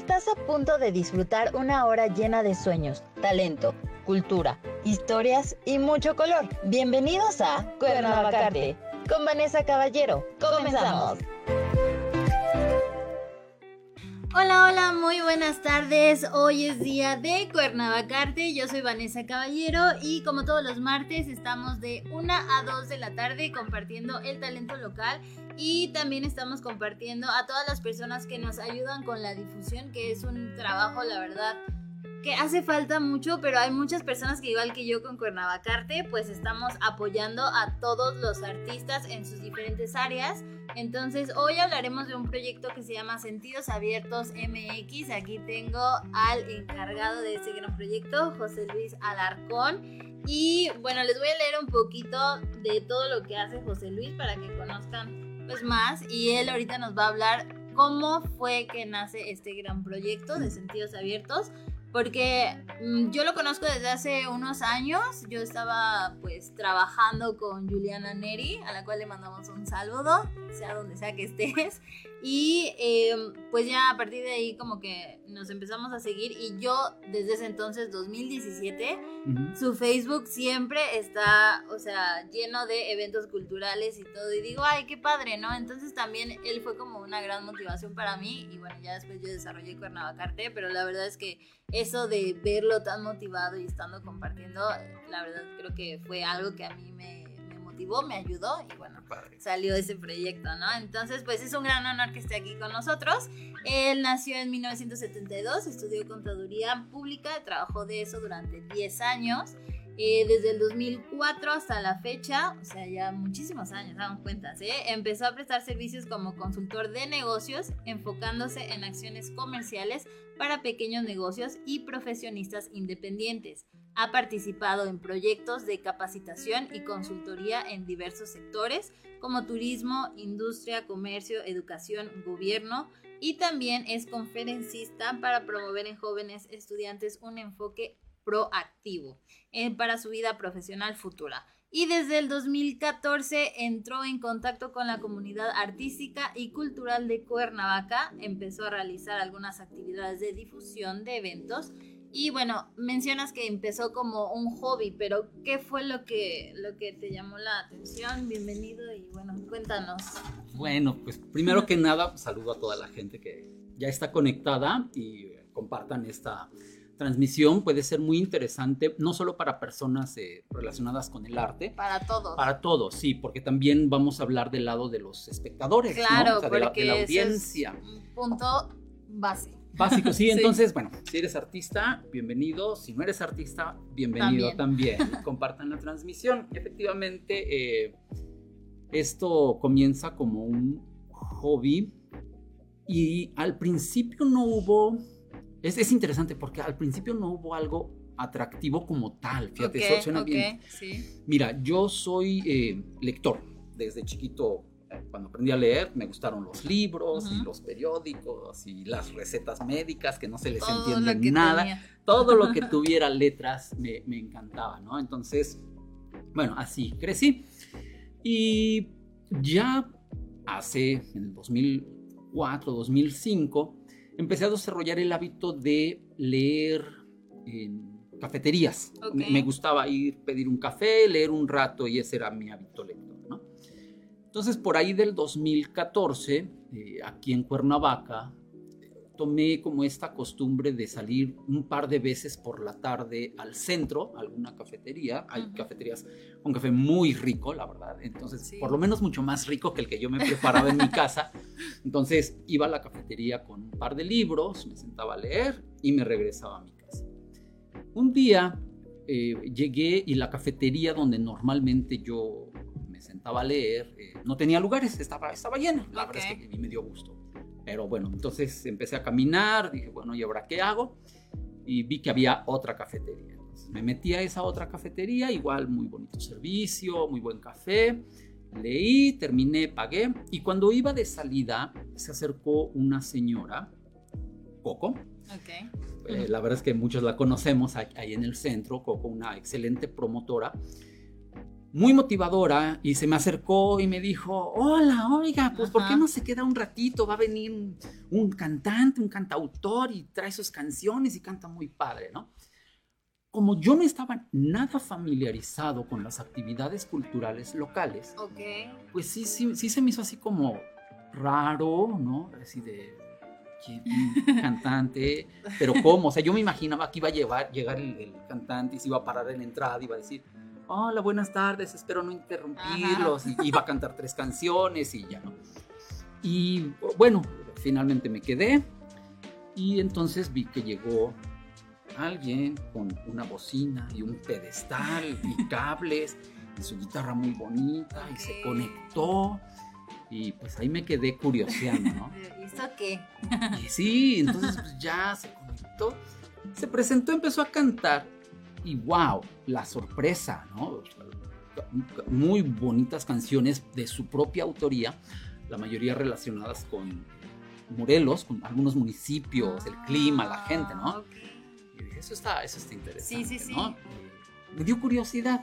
Estás a punto de disfrutar una hora llena de sueños, talento, cultura, historias y mucho color. Bienvenidos a Cuernavacarte con Vanessa Caballero. ¡Comenzamos! Hola, muy buenas tardes. Hoy es día de Cuernavacarte. Yo soy Vanessa Caballero y como todos los martes estamos de 1 a 2 de la tarde compartiendo el talento local y también estamos compartiendo a todas las personas que nos ayudan con la difusión, que es un trabajo, la verdad, que hace falta mucho, pero hay muchas personas que igual que yo con Cuernavacarte, pues estamos apoyando a todos los artistas en sus diferentes áreas. Entonces hoy hablaremos de un proyecto que se llama Sentidos Abiertos MX. Aquí tengo al encargado de este gran proyecto, José Luis Alarcón. Y bueno, les voy a leer un poquito de todo lo que hace José Luis para que conozcan pues más. Y él ahorita nos va a hablar cómo fue que nace este gran proyecto de Sentidos Abiertos. Porque yo lo conozco desde hace unos años. Yo estaba pues trabajando con Juliana Neri, a la cual le mandamos un saludo, sea donde sea que estés. Y pues ya a partir de ahí como que nos empezamos a seguir. Y yo desde ese entonces, 2017, su Facebook siempre está, o sea, lleno de eventos culturales y todo. Y digo, ay, qué padre, ¿no? Entonces también él fue como una gran motivación para mí. Y bueno, ya después yo desarrollé Cuernavacarte, pero la verdad es que eso de verlo tan motivado y estando compartiendo, la verdad creo que fue algo que a mí me motivó, me ayudó y bueno, salió ese proyecto, ¿no? Entonces pues es un gran honor que esté aquí con nosotros. Él nació en 1972, estudió contaduría pública, trabajó de eso durante 10 años. Desde el 2004 hasta la fecha, o sea, ya muchísimos años, damos cuentas, empezó a prestar servicios como consultor de negocios, enfocándose en acciones comerciales para pequeños negocios y profesionistas independientes. Ha participado en proyectos de capacitación y consultoría en diversos sectores, como turismo, industria, comercio, educación, gobierno, y también es conferencista para promover en jóvenes estudiantes un enfoque proactivo para su vida profesional futura. Y desde el 2014 entró en contacto con la comunidad artística y cultural de Cuernavaca, empezó a realizar algunas actividades de difusión de eventos. Y bueno, mencionas que empezó como un hobby, pero ¿qué fue lo que te llamó la atención? Bienvenido y bueno, cuéntanos. Bueno, pues primero que nada, saludo a toda la gente que ya está conectada y compartan esta transmisión. Puede ser muy interesante, no solo para personas relacionadas con el arte. Para todos. Para todos, sí, porque también vamos a hablar del lado de los espectadores, claro, ¿no? O sea, porque de la audiencia. Es un punto Básico, sí. Sí. Entonces, bueno, si eres artista, bienvenido. Si no eres artista, bienvenido también. Compartan la transmisión. Efectivamente, esto comienza como un hobby y al principio no hubo... Es interesante porque al principio no hubo algo atractivo como tal. Fíjate, eso suena bien. Sí. Mira, yo soy lector. Desde chiquito, cuando aprendí a leer, me gustaron los libros y los periódicos y las recetas médicas que no se les entiende nada. Todo lo que tuviera letras me encantaba, ¿no? Entonces, bueno, así crecí. Y ya en el 2004, 2005... empecé a desarrollar el hábito de leer en cafeterías. Okay. Me gustaba pedir un café, leer un rato y ese era mi hábito lector, ¿no? Entonces, por ahí del 2014, aquí en Cuernavaca, tomé como esta costumbre de salir un par de veces por la tarde al centro, a alguna cafetería. Hay cafeterías con café muy rico, la verdad. Entonces, sí, por lo menos mucho más rico que el que yo me preparaba en mi casa. Entonces, iba a la cafetería con un par de libros, me sentaba a leer y me regresaba a mi casa. Un día llegué y la cafetería donde normalmente yo me sentaba a leer no tenía lugares, estaba llena. La verdad es que a mí me dio gusto. Pero bueno, entonces empecé a caminar, dije, bueno, ¿y ahora qué hago? Y vi que había otra cafetería. Entonces, me metí a esa otra cafetería, igual muy bonito servicio, muy buen café. Leí, terminé, pagué. Y cuando iba de salida, se acercó una señora, Coco. La verdad es que muchos la conocemos ahí en el centro, Coco, una excelente promotora. muy motivadora, y se me acercó y me dijo, hola, oiga, pues ¿por qué no se queda un ratito? Va a venir un cantante, un cantautor y trae sus canciones y canta muy padre, ¿no? Como yo no estaba nada familiarizado con las actividades culturales locales, pues sí se me hizo así como raro, ¿no? Así de, un cantante, pero ¿cómo? O sea, yo me imaginaba que iba a llegar el cantante y se iba a parar en la entrada y iba a decir, hola, buenas tardes, espero no interrumpirlos, y iba a cantar 3 canciones y ya, ¿no? Y bueno, finalmente me quedé, y entonces vi que llegó alguien con una bocina y un pedestal y cables y su guitarra muy bonita, y se conectó, y pues ahí me quedé curioseando, ¿no? ¿Y esto qué? Y sí, entonces pues ya se conectó, se presentó, empezó a cantar, y wow, la sorpresa, ¿no? Muy bonitas canciones de su propia autoría, la mayoría relacionadas con Morelos, con algunos municipios, el clima, la gente, ¿no? Okay. Y dije, eso está interesante, sí. ¿no? Me dio curiosidad.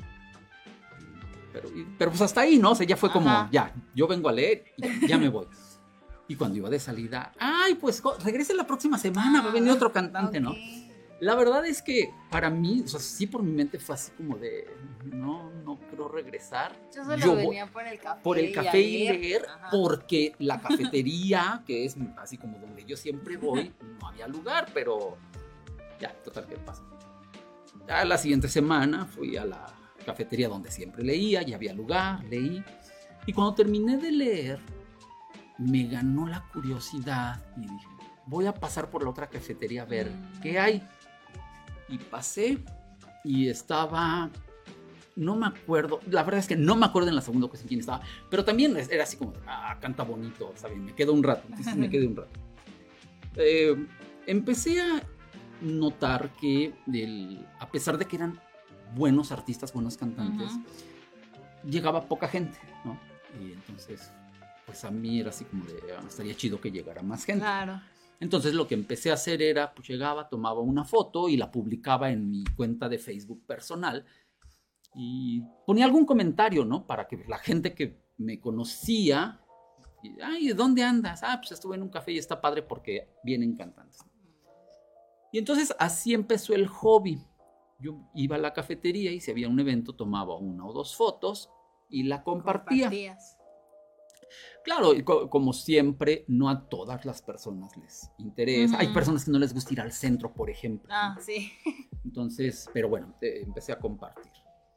Pero pues hasta ahí, ¿no? O sea, ya fue como, ya, yo vengo a leer y ya me voy. Y cuando iba de salida, ay, pues regrese la próxima semana, va a venir otro cantante, ¿no? La verdad es que para mí, o sea, sí por mi mente fue así como de, no quiero regresar. Yo solo venía por el café. Por el café y leer, porque la cafetería, que es así como donde yo siempre voy, no había lugar, pero ya, total, ¿qué pasa? Ya la siguiente semana fui a la cafetería donde siempre leía, ya había lugar, leí. Y cuando terminé de leer, me ganó la curiosidad y dije, voy a pasar por la otra cafetería a ver qué hay. Y pasé y estaba, no me acuerdo, la verdad es que no me acuerdo en la segunda ocasión quién estaba, pero también era así como, canta bonito, está bien, me quedo un rato, entonces me quedé un rato. Empecé a notar que a pesar de que eran buenos artistas, buenos cantantes, llegaba poca gente, ¿no? Y entonces, pues a mí era así como de, estaría chido que llegara más gente. Claro. Entonces lo que empecé a hacer era, pues llegaba, tomaba una foto y la publicaba en mi cuenta de Facebook personal y ponía algún comentario, ¿no? Para que la gente que me conocía, ay, ¿dónde andas? Pues estuve en un café y está padre porque vienen cantantes. Y entonces así empezó el hobby. Yo iba a la cafetería y si había un evento tomaba 1 o 2 fotos y la compartía. Compartías. Claro, como siempre, no a todas las personas les interesa. Hay personas que no les gusta ir al centro, por ejemplo. Sí. Entonces, pero bueno, empecé a compartir.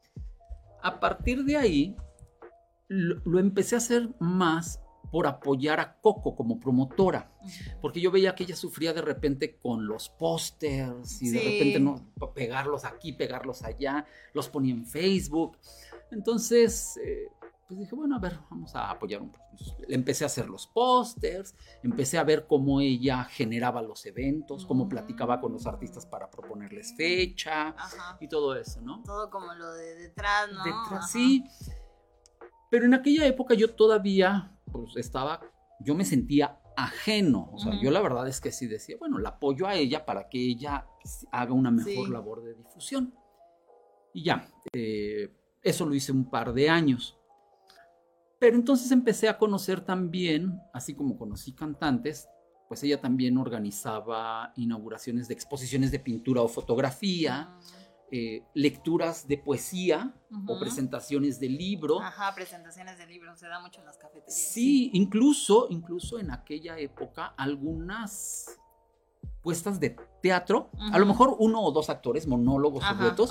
A partir de ahí, lo empecé a hacer más por apoyar a Coco como promotora. Porque yo veía que ella sufría de repente con los pósters y de repente no pegarlos aquí, pegarlos allá, los ponía en Facebook. Entonces, pues dije, bueno, a ver, vamos a apoyar un poco. Le empecé a hacer los pósters, empecé a ver cómo ella generaba los eventos, cómo platicaba con los artistas para proponerles fecha y todo eso, ¿no? Todo como lo de detrás, ¿no? Detrás, sí. Pero en aquella época yo todavía, pues yo me sentía ajeno. O sea, yo la verdad es que sí decía, bueno, la apoyo a ella para que ella haga una mejor labor de difusión. Y ya, eso lo hice un par de años. Pero entonces empecé a conocer también, así como conocí cantantes, pues ella también organizaba inauguraciones de exposiciones de pintura o fotografía, lecturas de poesía o presentaciones de libro. Presentaciones de libro, se da mucho en las cafeterías. Sí, incluso en aquella época algunas puestas de teatro, a lo mejor 1 o 2 actores, monólogos o duetos,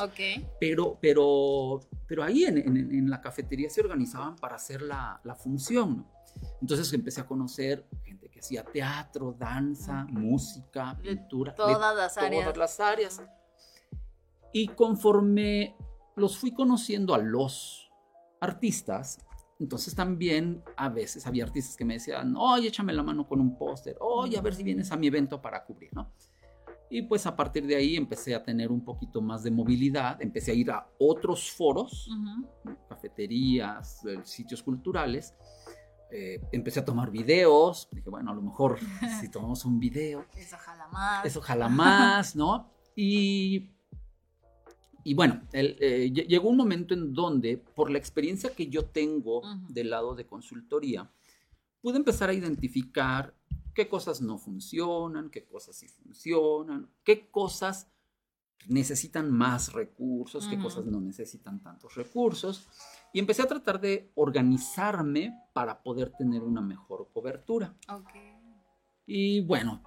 pero ahí en la cafetería se organizaban para hacer la función, ¿no? Entonces empecé a conocer gente que hacía teatro, danza, música, pintura, todas las áreas. Y conforme los fui conociendo a los artistas, entonces también a veces había artistas que me decían, oye, échame la mano con un póster, oye, a ver si vienes a mi evento para cubrir, ¿no? Y pues a partir de ahí empecé a tener un poquito más de movilidad, empecé a ir a otros foros, cafeterías, sitios culturales, empecé a tomar videos, dije, bueno, a lo mejor si tomamos un video. Eso jala más, ¿no? Y Y bueno, llegó un momento en donde, por la experiencia que yo tengo del lado de consultoría, pude empezar a identificar qué cosas no funcionan, qué cosas sí funcionan, qué cosas necesitan más recursos, qué cosas no necesitan tantos recursos. Y empecé a tratar de organizarme para poder tener una mejor cobertura. Okay. Y bueno,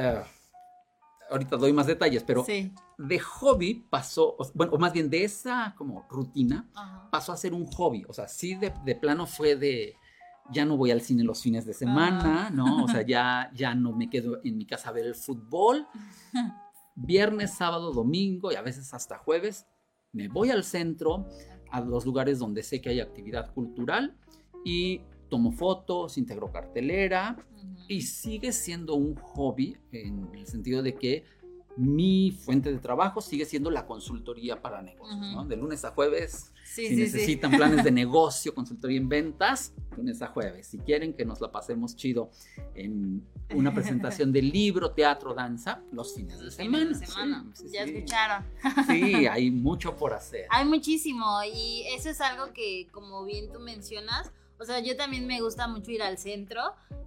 ahorita doy más detalles, pero sí. De hobby pasó, bueno, o más bien de esa como rutina, pasó a ser un hobby. O sea, sí de plano fue de, ya no voy al cine los fines de semana, ¿no? O sea, ya no me quedo en mi casa a ver el fútbol. Viernes, sábado, domingo y a veces hasta jueves, me voy al centro, a los lugares donde sé que hay actividad cultural y tomo fotos, integro cartelera y sigue siendo un hobby en el sentido de que mi fuente de trabajo sigue siendo la consultoría para negocios, ¿no? De lunes a jueves, si necesitan planes de negocio, consultoría en ventas, lunes a jueves. Si quieren que nos la pasemos chido en una presentación de libro, teatro, danza, los fines de semana. Sí, ya escucharon. Sí, hay mucho por hacer. Hay muchísimo y eso es algo que, como bien tú mencionas, o sea, yo también me gusta mucho ir al centro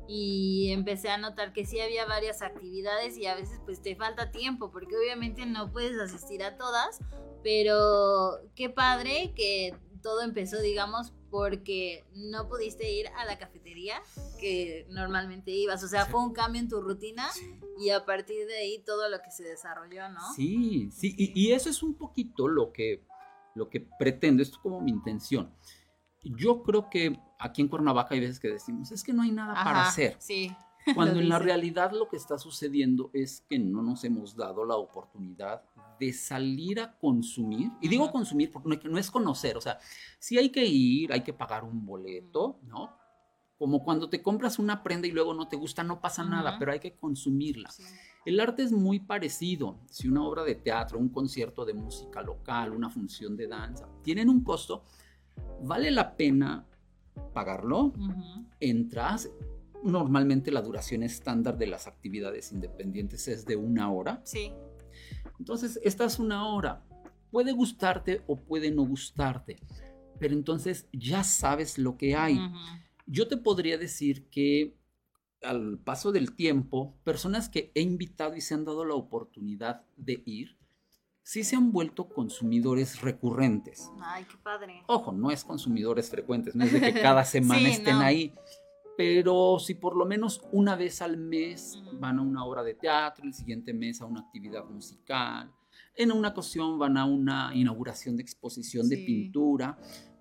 y empecé a notar que sí había varias actividades y a veces pues te falta tiempo porque obviamente no puedes asistir a todas, pero qué padre que todo empezó, digamos, porque no pudiste ir a la cafetería que normalmente ibas, o sea, fue un cambio en tu rutina y a partir de ahí todo lo que se desarrolló, ¿no? Sí, y eso es un poquito lo que pretendo, esto es como mi intención. Yo creo que aquí en Cuernavaca hay veces que decimos, es que no hay nada para hacer. Sí. Cuando en la realidad lo que está sucediendo es que no nos hemos dado la oportunidad de salir a consumir. Y digo consumir porque no es conocer, o sea, sí hay que ir, hay que pagar un boleto, ¿no? Como cuando te compras una prenda y luego no te gusta, no pasa nada, pero hay que consumirla. Sí. El arte es muy parecido. Si una obra de teatro, un concierto de música local, una función de danza, tienen un costo, vale la pena pagarlo, entras, normalmente la duración estándar de las actividades independientes es de 1 hora. Sí. Entonces, estás 1 hora, puede gustarte o puede no gustarte, pero entonces ya sabes lo que hay. Yo te podría decir que al paso del tiempo, personas que he invitado y se han dado la oportunidad de ir, sí se han vuelto consumidores recurrentes. Ay, qué padre. Ojo, no es consumidores frecuentes, no es de que cada semana estén ahí, pero si por lo menos una vez al mes van a una obra de teatro, el siguiente mes a una actividad musical, en una ocasión van a una inauguración de exposición de pintura,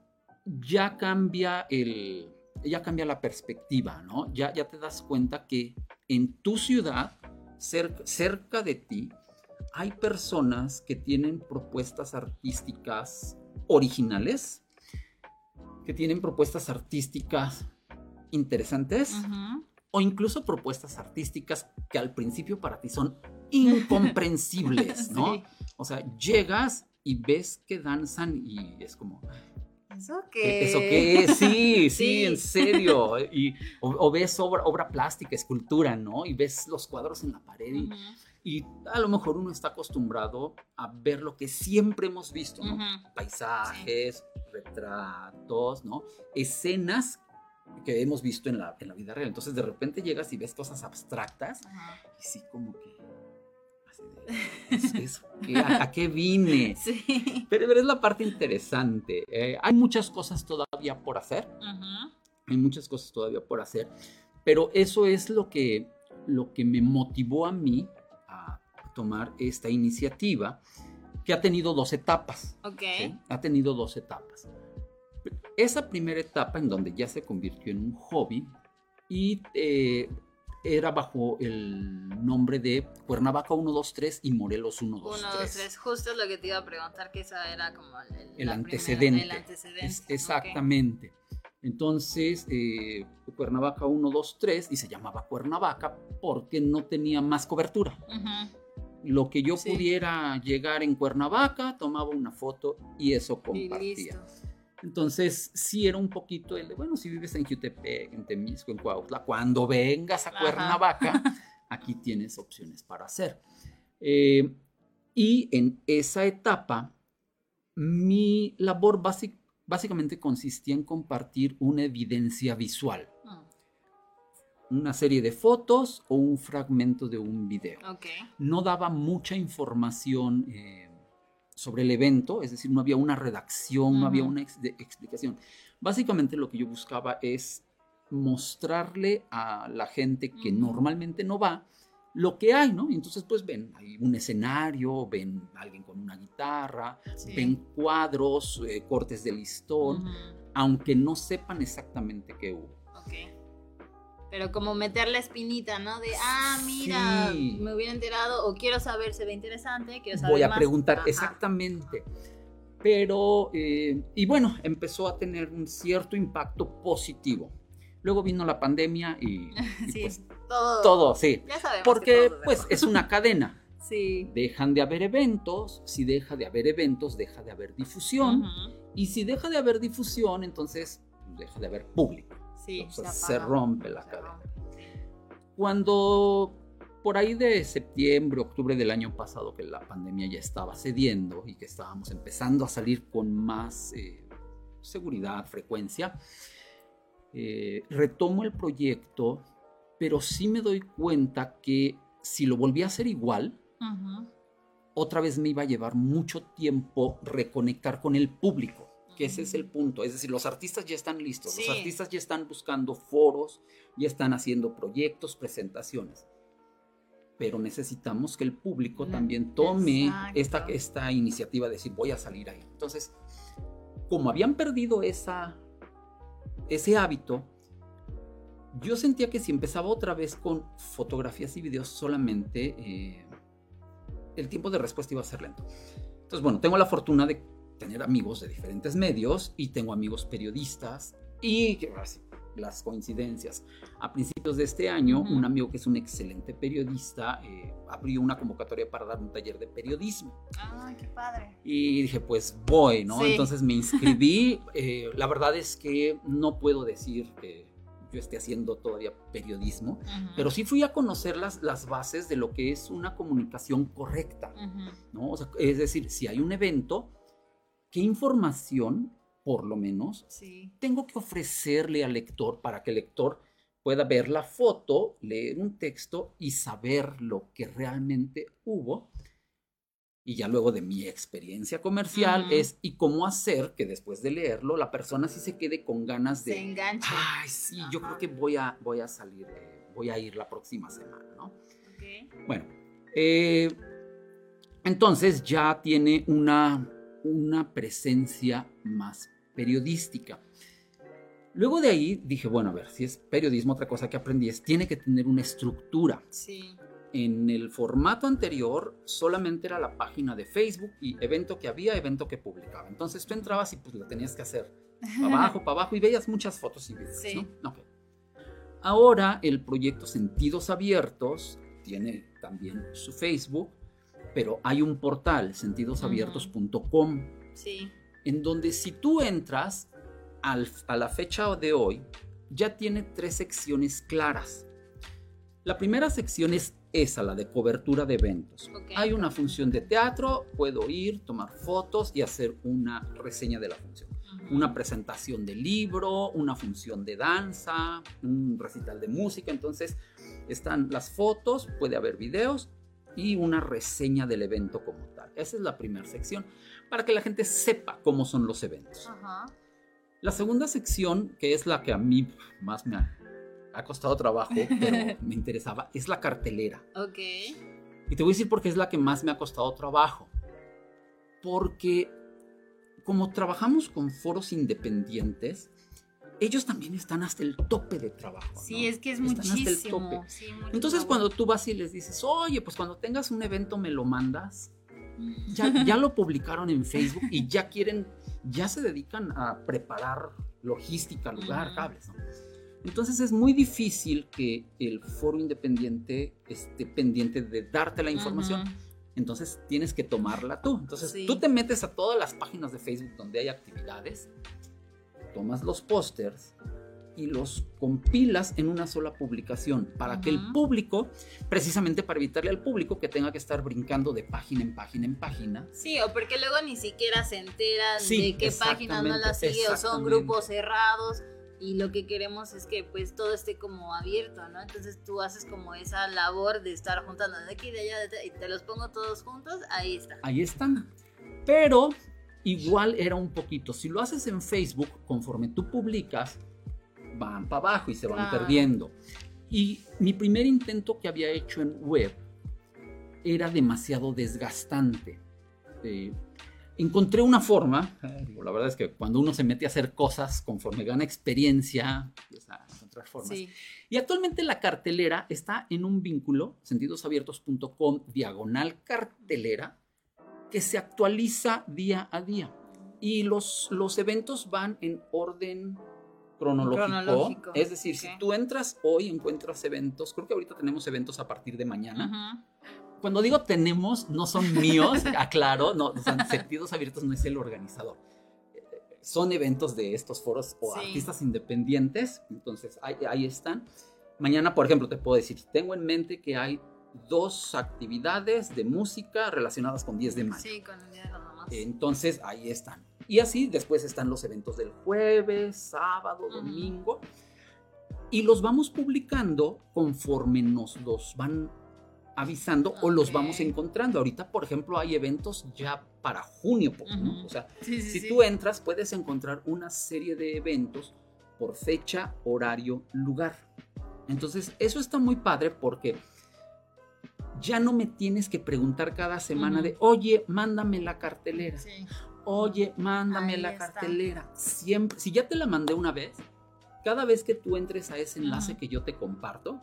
ya cambia la perspectiva, ¿no? Ya te das cuenta que en tu ciudad, cerca de ti, hay personas que tienen propuestas artísticas originales, que tienen propuestas artísticas interesantes, o incluso propuestas artísticas que al principio para ti son incomprensibles, ¿no? Sí. O sea, llegas y ves que danzan y es como... ¿Eso qué? ¿Eso qué es? Sí, en serio. O ves obra plástica, escultura, ¿no? Y ves los cuadros en la pared y a lo mejor uno está acostumbrado a ver lo que siempre hemos visto, ¿no? Paisajes, retratos, ¿no? Escenas que hemos visto en la vida real. Entonces de repente llegas y ves cosas abstractas y sí como que ¿a qué vine? Sí. Pero es la parte interesante. Hay muchas cosas todavía por hacer. Hay muchas cosas todavía por hacer. Pero eso es lo que me motivó a mí a tomar esta iniciativa, que ha tenido 2 etapas. Okay. ¿Sí? Ha tenido 2 etapas. Esa primera etapa en donde ya se convirtió en un hobby y era bajo el nombre de Cuernavaca 123 y Morelos 123. 123, justo es lo que te iba a preguntar, que esa era como el antecedente. El antecedente. Exactamente. Okay. Entonces, Cuernavaca 123 y se llamaba Cuernavaca porque no tenía más cobertura. Lo que yo pudiera llegar en Cuernavaca, tomaba una foto y eso compartía. Y listo. Entonces, sí era un poquito el de, bueno, si vives en Jutepec, en Temisco, en Cuautla, cuando vengas a Cuernavaca, aquí tienes opciones para hacer. Y en esa etapa, mi labor básicamente consistía en compartir una evidencia visual. Una serie de fotos o un fragmento de un video. No daba mucha información sobre el evento, es decir, no había una redacción, no había una explicación. Básicamente lo que yo buscaba es mostrarle a la gente que normalmente no va lo que hay, ¿no? Entonces, pues ven, hay un escenario, ven a alguien con una guitarra, ven cuadros, cortes de listón, aunque no sepan exactamente qué hubo. Pero como meter la espinita, ¿no? De, mira, me hubiera enterado o quiero saber, se ve interesante, quiero saber Voy a más. preguntar exactamente. Pero, y bueno, empezó a tener un cierto impacto positivo. Luego vino la pandemia y sí, pues todo, sí. Ya sabemos. Porque todo, pues es una cadena. Sí. Dejan de haber eventos, si deja de haber eventos, deja de haber difusión. Y si deja de haber difusión, entonces deja de haber público. Sí, entonces se rompe la cadena. Cuando por ahí de septiembre, octubre del año pasado, que la pandemia ya estaba cediendo y que estábamos empezando a salir con más seguridad, frecuencia, retomo el proyecto, pero sí me doy cuenta que si lo volví a hacer igual, otra vez me iba a llevar mucho tiempo reconectar con el público. Que ese es el punto, es decir, los artistas ya están listos, los artistas ya están buscando foros, ya están haciendo proyectos, presentaciones, pero necesitamos que el público también tome esta iniciativa de decir, voy a salir ahí. Entonces, como habían perdido ese hábito, yo sentía que si empezaba otra vez con fotografías y videos solamente, el tiempo de respuesta iba a ser lento. Entonces, bueno, tengo la fortuna de tener amigos de diferentes medios y tengo amigos periodistas y las coincidencias. A principios de este año, un amigo que es un excelente periodista abrió una convocatoria para dar un taller de periodismo. ¡Ay, qué padre! Y dije, pues voy, ¿no? Sí. Entonces me inscribí. La verdad es que no puedo decir que yo esté haciendo todavía periodismo, pero sí fui a conocer las bases de lo que es una comunicación correcta, ¿no? O sea, es decir, si hay un evento, ¿qué información, por lo menos, tengo que ofrecerle al lector para que el lector pueda ver la foto, leer un texto y saber lo que realmente hubo? Y ya luego de mi experiencia comercial y cómo hacer que después de leerlo la persona sí se quede con ganas de... Se enganche. Ay, sí, yo creo que voy a salir, voy a ir la próxima semana, ¿no? Bueno, entonces ya tiene una presencia más periodística. Luego de ahí dije, bueno, a ver, si es periodismo, otra cosa que aprendí es, tiene que tener una estructura. Sí. En el formato anterior solamente era la página de Facebook y evento que había, evento que publicaba. Entonces tú entrabas y pues lo tenías que hacer para abajo y veías muchas fotos y videos, ¿no? Okay. Ahora el proyecto Sentidos Abiertos tiene también su Facebook, pero hay un portal, sentidosabiertos.com, en donde si tú entras a la fecha de hoy, ya tiene 3 secciones claras. La primera sección es esa, la de cobertura de eventos. Hay una función de teatro, puedo ir, tomar fotos y hacer una reseña de la función. Una presentación de libro, una función de danza, un recital de música. Entonces están las fotos, puede haber videos y una reseña del evento como tal. Esa es la primera sección, para que la gente sepa cómo son los eventos. La segunda sección, que es la que a mí más me ha costado trabajo, pero me interesaba, es la cartelera. Y te voy a decir por qué es la que más me ha costado trabajo. Porque como trabajamos con foros independientes, ellos también están hasta el tope de trabajo. Sí, ¿no? Es que es están muchísimo. Hasta el tope. Entonces cuando tú vas y les dices, oye, pues cuando tengas un evento me lo mandas, ya lo publicaron en Facebook y ya se dedican a preparar logística, lugar, cables, ¿no? Entonces es muy difícil que el foro independiente esté pendiente de darte la información. Entonces tienes que tomarla tú. Entonces tú te metes a todas las páginas de Facebook donde hay actividades, tomas los pósters y los compilas en una sola publicación para que el público, precisamente para evitarle al público que tenga que estar brincando de página en página en página. Sí, o porque luego ni siquiera se enteran de qué página no la sigue o son grupos cerrados y lo que queremos es que pues todo esté como abierto, ¿no? Entonces tú haces como esa labor de estar juntando de aquí, de allá, y te los pongo todos juntos, ahí está. Ahí están. Pero igual era un poquito, si lo haces en Facebook, conforme tú publicas, van para abajo y se van perdiendo. Y mi primer intento que había hecho en web era demasiado desgastante. Encontré una forma, la verdad es que cuando uno se mete a hacer cosas, conforme gana experiencia, empieza a encontrar formas. Sí. Y actualmente la cartelera está en un vínculo, sentidosabiertos.com/cartelera, que se actualiza día a día. Y los eventos van en orden cronológico. Es decir, si tú entras hoy, encuentras eventos. Creo que ahorita tenemos eventos a partir de mañana. Cuando digo tenemos, no son míos, aclaro, no, o sea, Sentidos Abiertos no es el organizador. Son eventos de estos foros o artistas independientes, entonces ahí están. Mañana, por ejemplo, te puedo decir, tengo en mente que hay 2 actividades de música relacionadas con 10 de mayo. Sí, con el Día de las Mamás. Entonces, ahí están. Y así después están los eventos del jueves, sábado, domingo. Y los vamos publicando conforme nos los van avisando o los vamos encontrando. Ahorita, por ejemplo, hay eventos ya para junio, ¿no? O sea, si tú entras, puedes encontrar una serie de eventos por fecha, horario, lugar. Entonces, eso está muy padre porque ya no me tienes que preguntar cada semana de, oye, mándame la cartelera. Sí. Oye, mándame la cartelera. Siempre, si ya te la mandé una vez, cada vez que tú entres a ese enlace que yo te comparto,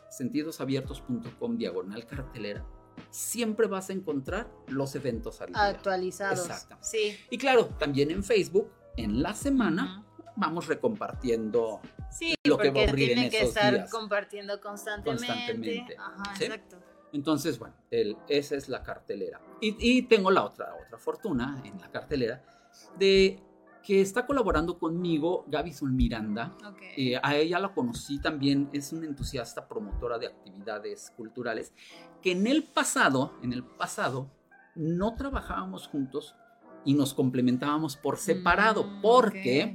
sentidosabiertos.com/cartelera, siempre vas a encontrar los eventos actualizados. Exacto. Sí. Y claro, también en Facebook, en la semana, vamos recompartiendo lo que va a ocurrir en esos días. Tiene que estar compartiendo constantemente. Ajá, ¿sí? Exacto. Entonces, bueno, esa es la cartelera. Y tengo la otra fortuna en la cartelera de que está colaborando conmigo Gaby Sol Miranda. A ella la conocí también, es una entusiasta promotora de actividades culturales, que en el pasado no trabajábamos juntos y nos complementábamos por separado, porque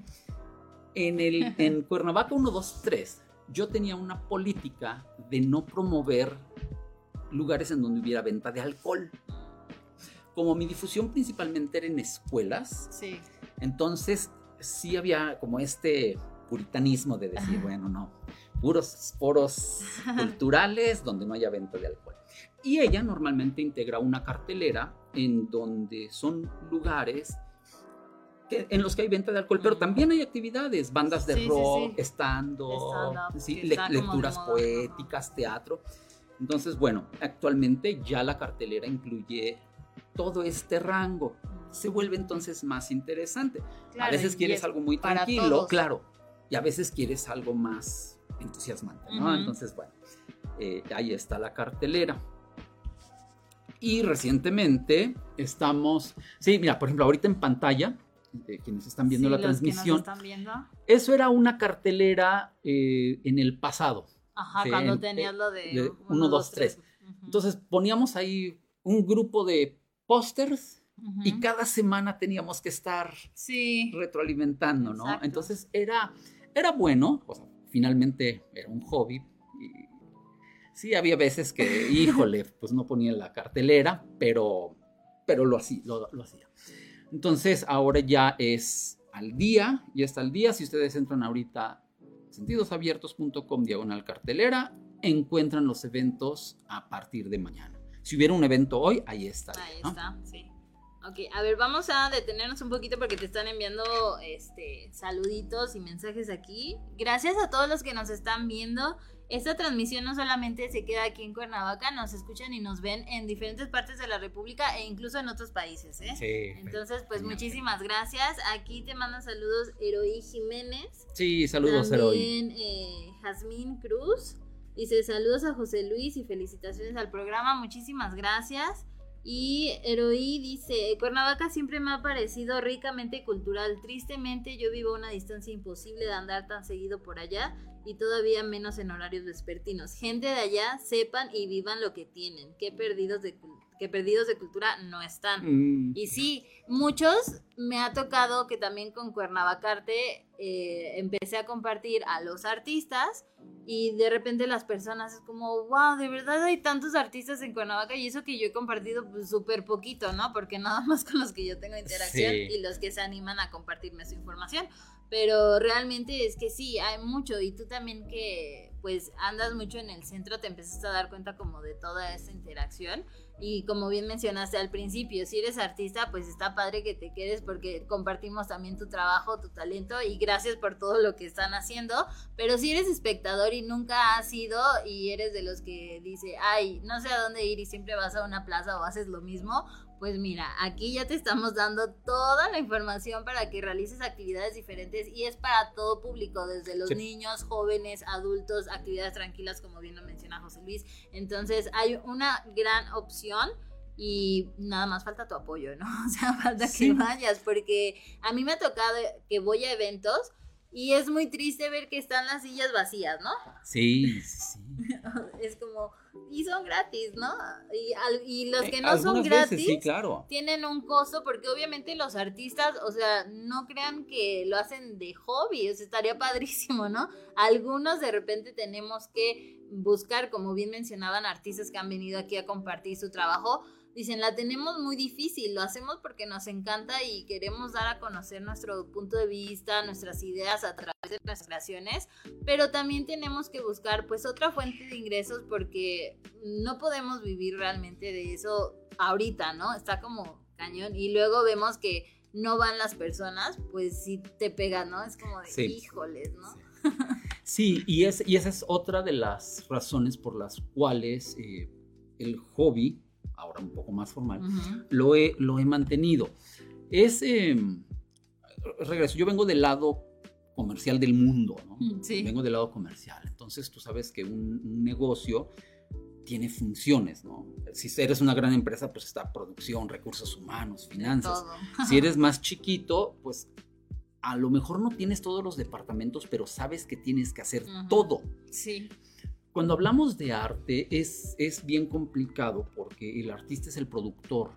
en Cuernavaca 123 yo tenía una política de no promover lugares en donde hubiera venta de alcohol. Como mi difusión principalmente era en escuelas, entonces sí había como este puritanismo de decir, bueno, no, puros foros culturales donde no haya venta de alcohol. Y ella normalmente integra una cartelera en donde son lugares en los que hay venta de alcohol, pero también hay actividades, bandas de rock, stand-up, lecturas poéticas, teatro. Entonces, bueno, actualmente ya la cartelera incluye todo este rango. Se vuelve entonces más interesante. Claro, a veces quieres algo muy tranquilo, claro, y a veces quieres algo más entusiasmante, ¿no? Entonces, bueno, ahí está la cartelera. Y recientemente estamos... Sí, mira, por ejemplo, ahorita en pantalla, quienes están viendo la transmisión, eso era una cartelera en el pasado. Ajá, cuando tenías lo de 1, 2, 3. Entonces poníamos ahí un grupo de pósters y cada semana teníamos que estar retroalimentando, ¿no? Exacto. Entonces era bueno, o sea, finalmente era un hobby. Y sí, había veces que, híjole, pues no ponía la cartelera, pero lo hacía. Entonces ahora ya está al día. Si ustedes entran ahorita sentidosabiertos.com/cartelera, encuentran los eventos a partir de mañana. Si hubiera un evento hoy, ahí está. Ahí está, sí. Ok, a ver, vamos a detenernos un poquito porque te están enviando saluditos y mensajes aquí. Gracias a todos los que nos están viendo. Esta transmisión no solamente se queda aquí en Cuernavaca, nos escuchan y nos ven en diferentes partes de la República e incluso en otros países, ¿eh? Sí. Entonces, pues muchísimas gracias. Aquí te mandan saludos Eroí Jiménez. Sí, saludos Eroí. También Jazmín Cruz. Dice saludos a José Luis y felicitaciones al programa. Muchísimas gracias. Y Heroí dice, Cuernavaca siempre me ha parecido ricamente cultural. Tristemente yo vivo a una distancia imposible de andar tan seguido por allá y todavía menos en horarios vespertinos. Gente de allá, sepan y vivan lo que tienen. Que perdidos de cultura no están. Y sí, muchos me ha tocado que también con Cuernavacarte empecé a compartir a los artistas y de repente las personas es como, wow, de verdad hay tantos artistas en Cuernavaca, y eso que yo he compartido pues súper poquito, ¿no? Porque nada más con los que yo tengo interacción y los que se animan a compartirme su información. Pero realmente es que sí, hay mucho, y tú también que pues andas mucho en el centro te empezaste a dar cuenta como de toda esa interacción. Y como bien mencionaste al principio, si eres artista, pues está padre que te quedes porque compartimos también tu trabajo, tu talento, y gracias por todo lo que están haciendo. Pero si eres espectador y nunca has ido y eres de los que dice, ay, no sé a dónde ir y siempre vas a una plaza o haces lo mismo, pues mira, aquí ya te estamos dando toda la información para que realices actividades diferentes, y es para todo público, desde los niños, jóvenes, adultos, actividades tranquilas, como bien lo menciona José Luis. Entonces hay una gran opción y nada más falta tu apoyo, ¿no? O sea, falta que vayas, porque a mí me ha tocado que voy a eventos y es muy triste ver que están las sillas vacías, ¿no? Sí. Es como, y son gratis, ¿no? Y los que no son gratis veces, sí, claro, tienen un costo, porque obviamente los artistas, o sea, no crean que lo hacen de hobby, o sea, estaría padrísimo, ¿no? Algunos de repente tenemos que buscar, como bien mencionaban, artistas que han venido aquí a compartir su trabajo. Dicen, la tenemos muy difícil, lo hacemos porque nos encanta y queremos dar a conocer nuestro punto de vista, nuestras ideas a través de nuestras creaciones, pero también tenemos que buscar pues otra fuente de ingresos, porque no podemos vivir realmente de eso ahorita, ¿no? Está como cañón, y luego vemos que no van las personas, pues sí te pega, ¿no? Es como de, híjoles, ¿no? Sí, y esa es otra de las razones por las cuales el hobby, ahora un poco más formal, lo he mantenido. Regreso, yo vengo del lado comercial del mundo, ¿no? Sí. Vengo del lado comercial. Entonces tú sabes que un negocio tiene funciones, ¿no? Si eres una gran empresa, pues está producción, recursos humanos, finanzas. Si eres más chiquito, pues a lo mejor no tienes todos los departamentos, pero sabes que tienes que hacer todo. Sí. Cuando hablamos de arte es bien complicado, porque el artista es el productor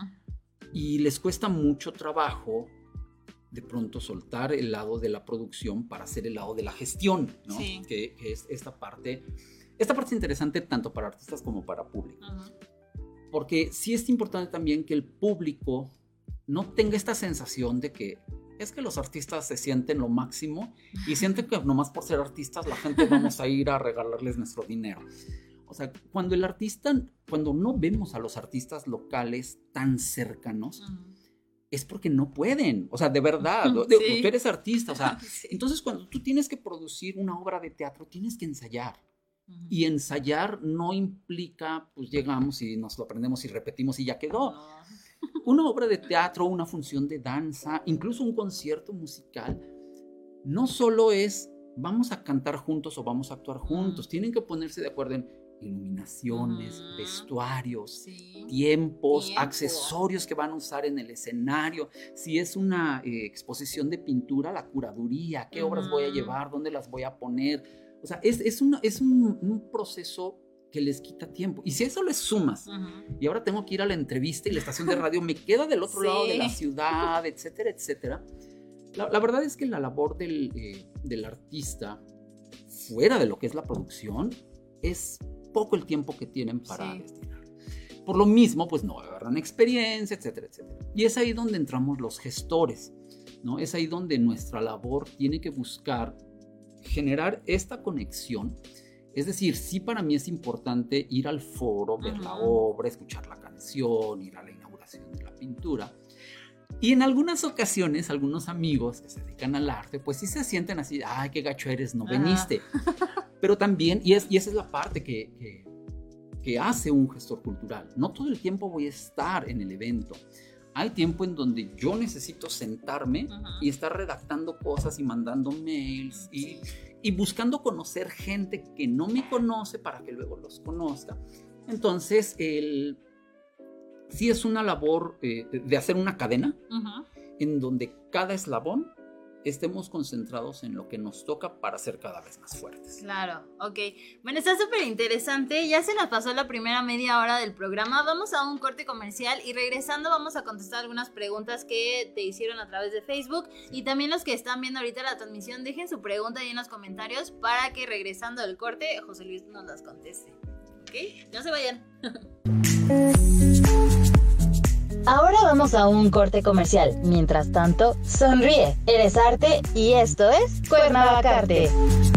y les cuesta mucho trabajo de pronto soltar el lado de la producción para hacer el lado de la gestión, ¿no? Sí. Que es esta parte es interesante tanto para artistas como para público, porque sí es importante también que el público no tenga esta sensación de que es que los artistas se sienten lo máximo y sienten que nomás por ser artistas la gente vamos a ir a regalarles nuestro dinero. O sea, cuando no vemos a los artistas locales tan cercanos, es porque no pueden. O sea, de verdad, tú eres artista. O sea, entonces cuando tú tienes que producir una obra de teatro, tienes que ensayar. Y ensayar no implica, pues llegamos y nos lo aprendemos y repetimos y ya quedó. Una obra de teatro, una función de danza, incluso un concierto musical, no solo es vamos a cantar juntos o vamos a actuar juntos, tienen que ponerse de acuerdo en iluminaciones, vestuarios, tiempos, accesorios que van a usar en el escenario, si es una exposición de pintura, la curaduría, qué obras voy a llevar, dónde las voy a poner. O sea, es un proceso que les quita tiempo. Y si a eso le sumas, y ahora tengo que ir a la entrevista y la estación de radio me queda del otro lado de la ciudad, etcétera, etcétera. La verdad es que la labor del artista, fuera de lo que es la producción, es poco el tiempo que tienen para destinar. Por lo mismo, pues no agarran experiencia, etcétera, etcétera. Y es ahí donde entramos los gestores, ¿no? Es ahí donde nuestra labor tiene que buscar generar esta conexión. Es decir, sí, para mí es importante ir al foro, ver la obra, escuchar la canción, ir a la inauguración de la pintura. Y en algunas ocasiones, algunos amigos que se dedican al arte, pues sí se sienten así, ay, qué gacho eres, no viniste. Pero también, y esa es la parte que hace un gestor cultural, no todo el tiempo voy a estar en el evento. Hay tiempo en donde yo necesito sentarme y estar redactando cosas y mandando mails y buscando conocer gente que no me conoce para que luego los conozca. Entonces, sí es una labor de hacer una cadena en donde cada eslabón estemos concentrados en lo que nos toca para ser cada vez más fuertes. Claro, ok. Bueno, está súper interesante. Ya se nos pasó la primera media hora del programa. Vamos a un corte comercial y regresando vamos a contestar algunas preguntas que te hicieron a través de Facebook. Y también los que están viendo ahorita la transmisión, dejen su pregunta ahí en los comentarios para que regresando del corte, José Luis nos las conteste. ¿Ok? No se vayan. Ahora vamos a un corte comercial. Mientras tanto, sonríe. Eres arte y esto es Cuernavacarte.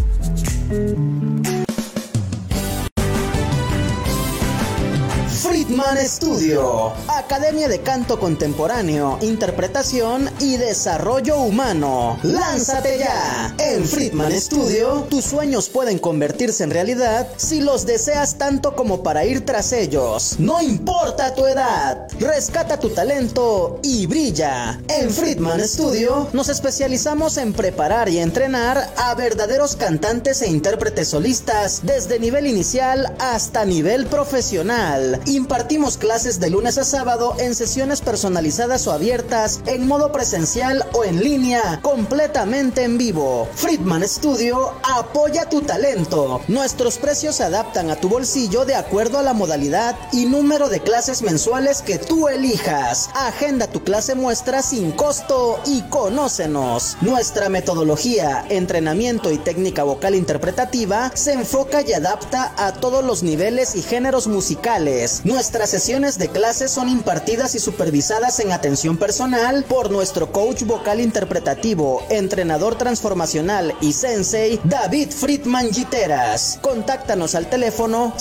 Friedman Studio, Academia de Canto Contemporáneo, Interpretación y Desarrollo Humano. ¡Lánzate ya! En Friedman Studio, tus sueños pueden convertirse en realidad si los deseas tanto como para ir tras ellos. No importa tu edad, rescata tu talento y brilla. En Friedman Studio, nos especializamos en preparar y entrenar a verdaderos cantantes e intérpretes solistas desde nivel inicial hasta nivel profesional. Impartimos clases de lunes a sábado en sesiones personalizadas o abiertas, en modo presencial o en línea, completamente en vivo. Friedman Studio apoya tu talento. Nuestros precios se adaptan a tu bolsillo de acuerdo a la modalidad y número de clases mensuales que tú elijas. Agenda tu clase muestra sin costo y conócenos. Nuestra metodología, entrenamiento y técnica vocal interpretativa se enfoca y adapta a todos los niveles y géneros musicales. Nuestras sesiones de clases son impartidas y supervisadas en atención personal por nuestro coach vocal interpretativo, entrenador transformacional y sensei David Friedman Giteras. Contáctanos al teléfono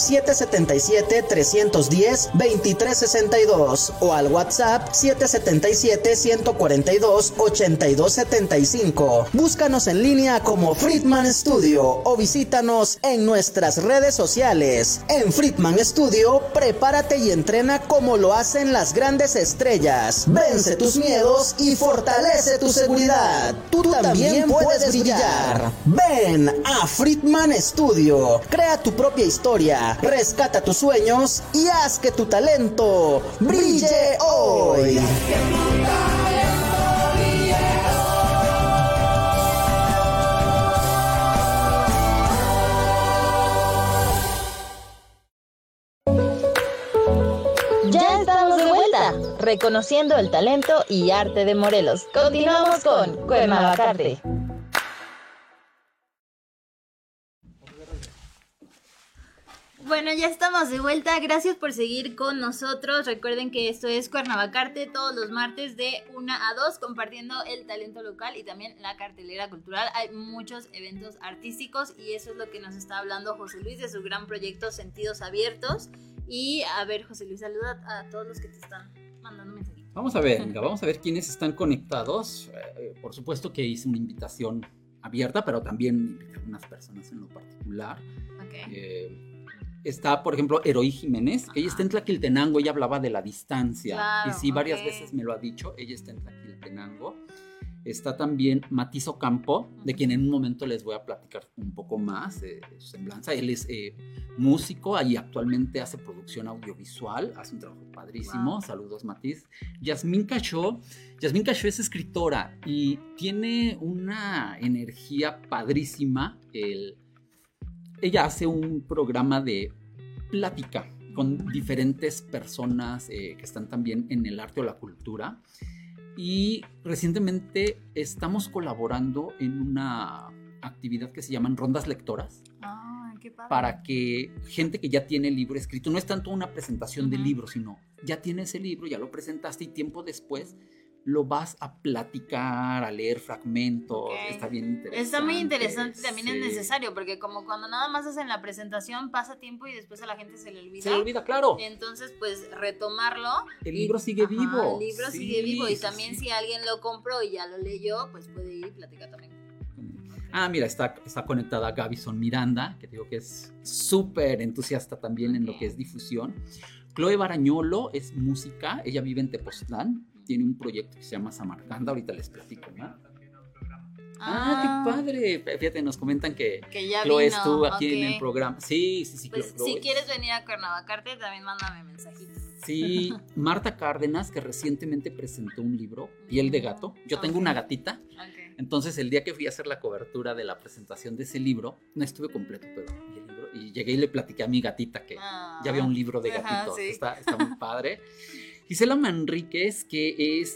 777-310-2362 o al WhatsApp 777-142-8275. Búscanos en línea como Friedman Studio o visítanos en nuestras redes sociales. En Friedman Studio, prepárate y entrena como lo hacen las grandes estrellas. Vence tus miedos y fortalece tu seguridad. Tú también puedes brillar. Ven a Friedman Studio. Crea tu propia historia, rescata tus sueños y haz que tu talento brille hoy. Reconociendo el talento y arte de Morelos. Continuamos con Cuernavacarte. Bueno, ya estamos de vuelta. Gracias por seguir con nosotros. Recuerden que esto es Cuernavacarte todos los martes de 1 a 2, compartiendo el talento local y también la cartelera cultural. Hay muchos eventos artísticos y eso es lo que nos está hablando José Luis de su gran proyecto Sentidos Abiertos. Y a ver, José Luis, saluda a todos los que te están mandando mensajitos. Vamos a ver quiénes están conectados. Por supuesto que hice una invitación abierta, pero también invité a unas personas en lo particular. Okay. Está, por ejemplo, Eroí Jiménez. Ella está en Tlaquiltenango, ella hablaba de la distancia. Claro, y sí, varias veces me lo ha dicho. Ella está en Tlaquiltenango. Está también Matiz Ocampo, de quien en un momento les voy a platicar un poco más de su semblanza. Él es músico y actualmente hace producción audiovisual, hace un trabajo padrísimo. Wow. Saludos, Matiz. Yasmín Cachó es escritora y tiene una energía padrísima. Ella hace un programa de plática con diferentes personas que están también en el arte o la cultura. Y recientemente estamos colaborando en una actividad que se llaman rondas lectoras. Qué padre. Para que gente que ya tiene el libro escrito, no es tanto una presentación del libro, sino ya tienes el libro, ya lo presentaste y tiempo después lo vas a platicar, a leer fragmentos. Okay. Está bien interesante. Está muy interesante, también es necesario, porque como cuando nada más hacen la presentación pasa tiempo y después a la gente se le olvida. Se le olvida, claro. Entonces, pues retomarlo. El libro sigue vivo. El libro sigue vivo y también si alguien lo compró y ya lo leyó, pues puede ir y platicar también. Mira, está conectada Gabison Miranda, que digo que es súper entusiasta también en lo que es difusión. Chloe Barañolo es música, ella vive en Tepoztlán. Tiene un proyecto que se llama Samarcanda, ahorita les platico, ¿no? ¡Qué padre! Fíjate, nos comentan que ya Chloe estuvo aquí en el programa. Sí. Pues Chloe. Si quieres venir a Cuernavacarte, también mándame mensajito. Sí, Marta Cárdenas, que recientemente presentó un libro, Piel de Gato. Yo tengo una gatita. Okay. Entonces, el día que fui a hacer la cobertura de la presentación de ese libro, no estuve completo, pero vi el libro y llegué y le platiqué a mi gatita que ya había un libro de gatitos. Sí. Está muy padre. Gisela Manríquez, que es,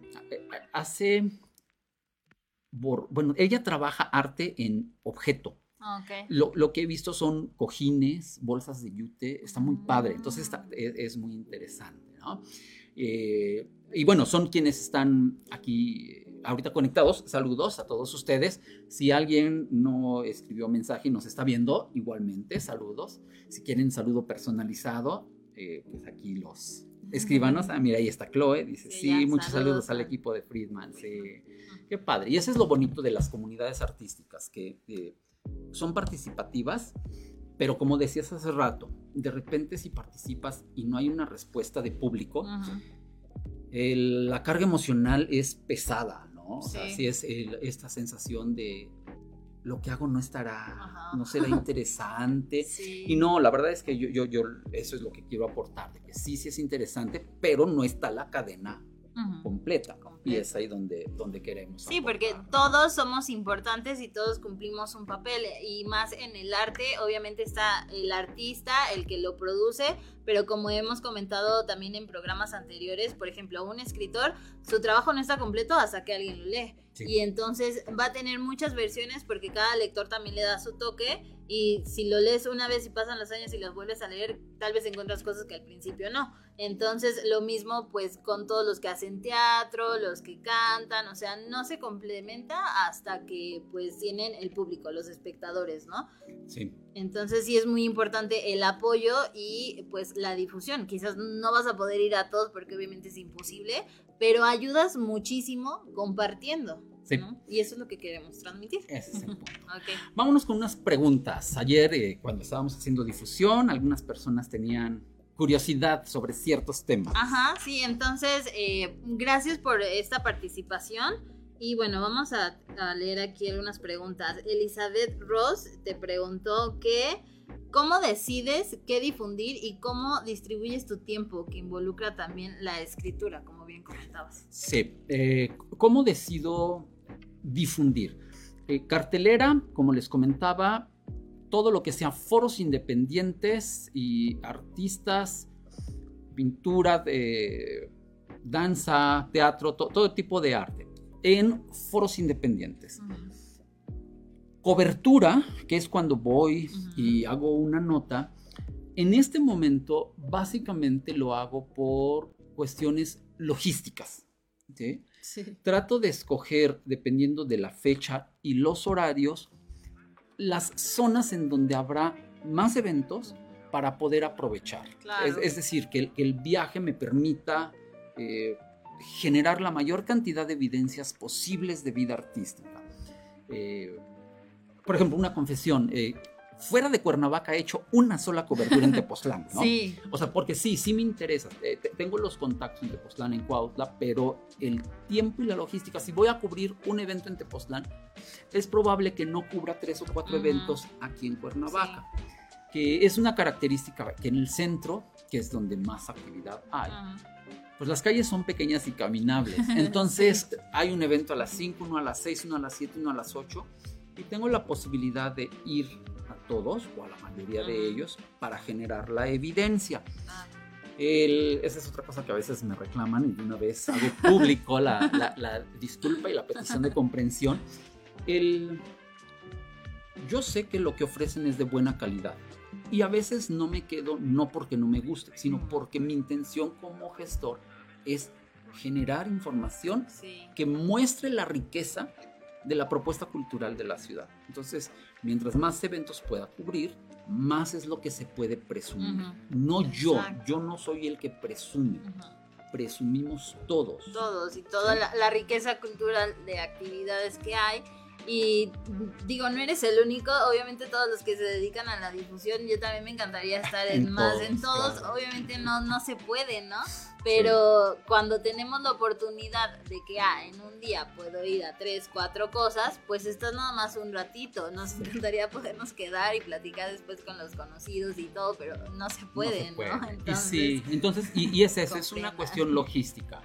bueno, ella trabaja arte en objeto. Okay. Lo que he visto son cojines, bolsas de yute, está muy padre, entonces es muy interesante, ¿no? Y bueno, son quienes están aquí ahorita conectados. Saludos a todos ustedes. Si alguien no escribió mensaje y nos está viendo, igualmente, saludos. Si quieren saludo personalizado, pues aquí los escríbanos. Ah, mira, ahí está Chloe, dice, sí, muchos saludos al equipo de Friedman, sí, qué padre. Y eso es lo bonito de las comunidades artísticas, que son participativas, pero como decías hace rato, de repente si participas y no hay una respuesta de público, la carga emocional es pesada, ¿no? O sea, sí es esta sensación de lo que hago no será interesante. Sí. Y no, la verdad es que yo eso es lo que quiero aportar, de que sí es interesante, pero no está la cadena completa. Y es ahí donde queremos sí, aportar. Porque todos somos importantes y todos cumplimos un papel, y más en el arte. Obviamente está el artista, el que lo produce, pero como hemos comentado también en programas anteriores, por ejemplo, un escritor, su trabajo no está completo hasta que alguien lo lee. Sí. Y entonces va a tener muchas versiones porque cada lector también le da su toque, y si lo lees una vez y pasan los años y los vuelves a leer, tal vez encuentras cosas que al principio no. Entonces lo mismo pues con todos los que hacen teatro, los que cantan, o sea, no se complementa hasta que pues tienen el público, los espectadores, ¿no? Sí. Entonces sí es muy importante el apoyo y pues la difusión. Quizás no vas a poder ir a todos porque obviamente es imposible, pero ayudas muchísimo compartiendo. Sí. ¿No? Y eso es lo que queremos transmitir. Ese es el punto. Okay. Vámonos con unas preguntas. Ayer, cuando estábamos haciendo difusión, algunas personas tenían curiosidad sobre ciertos temas. Ajá, sí, entonces, gracias por esta participación. Y bueno, vamos a leer aquí algunas preguntas. Elizabeth Ross te preguntó ¿cómo decides qué difundir y cómo distribuyes tu tiempo, que involucra también la escritura, como bien comentabas? Sí, ¿cómo decido difundir? Cartelera, como les comentaba, todo lo que sean foros independientes y artistas, pintura, danza, teatro, todo tipo de arte, en foros independientes. Cobertura, que es cuando voy y hago una nota, en este momento básicamente lo hago por cuestiones logísticas. ¿Sí? Sí. Trato de escoger, dependiendo de la fecha y los horarios, las zonas en donde habrá más eventos para poder aprovechar. Claro. Es decir, que el viaje me permita generar la mayor cantidad de evidencias posibles de vida artística. Por ejemplo, una confesión. Fuera de Cuernavaca he hecho una sola cobertura en Tepoztlán, ¿no? Sí. O sea, porque sí me interesa. Tengo los contactos en Tepoztlán, en Cuautla, pero el tiempo y la logística, si voy a cubrir un evento en Tepoztlán, es probable que no cubra 3 o 4 eventos aquí en Cuernavaca, que es una característica que en el centro, que es donde más actividad hay, pues las calles son pequeñas y caminables. Entonces hay un evento a las 5, uno a las 6, uno a las 7, uno a las 8, y tengo la posibilidad de ir a todos o a la mayoría de ellos para generar la evidencia. Esa es otra cosa que a veces me reclaman, y de una vez hago público la disculpa y la petición de comprensión. Yo sé que lo que ofrecen es de buena calidad, y a veces no me quedo, no porque no me guste, sino porque mi intención como gestor es generar información que muestre la riqueza de la propuesta cultural de la ciudad. Entonces, mientras más eventos pueda cubrir, más es lo que se puede presumir. No yo no soy el que presume. Presumimos todos. Todos, y toda la riqueza cultural de actividades que hay. Y digo, no eres el único, obviamente todos los que se dedican a la difusión, yo también me encantaría estar en todos, claro. Obviamente no se puede, ¿no? Pero cuando tenemos la oportunidad de que en un día puedo ir a 3, 4 cosas, pues estás nada más un ratito. Nos encantaría podernos quedar y platicar después con los conocidos y todo, pero no se puede, ¿no? Entonces, y es eso, es una cuestión logística.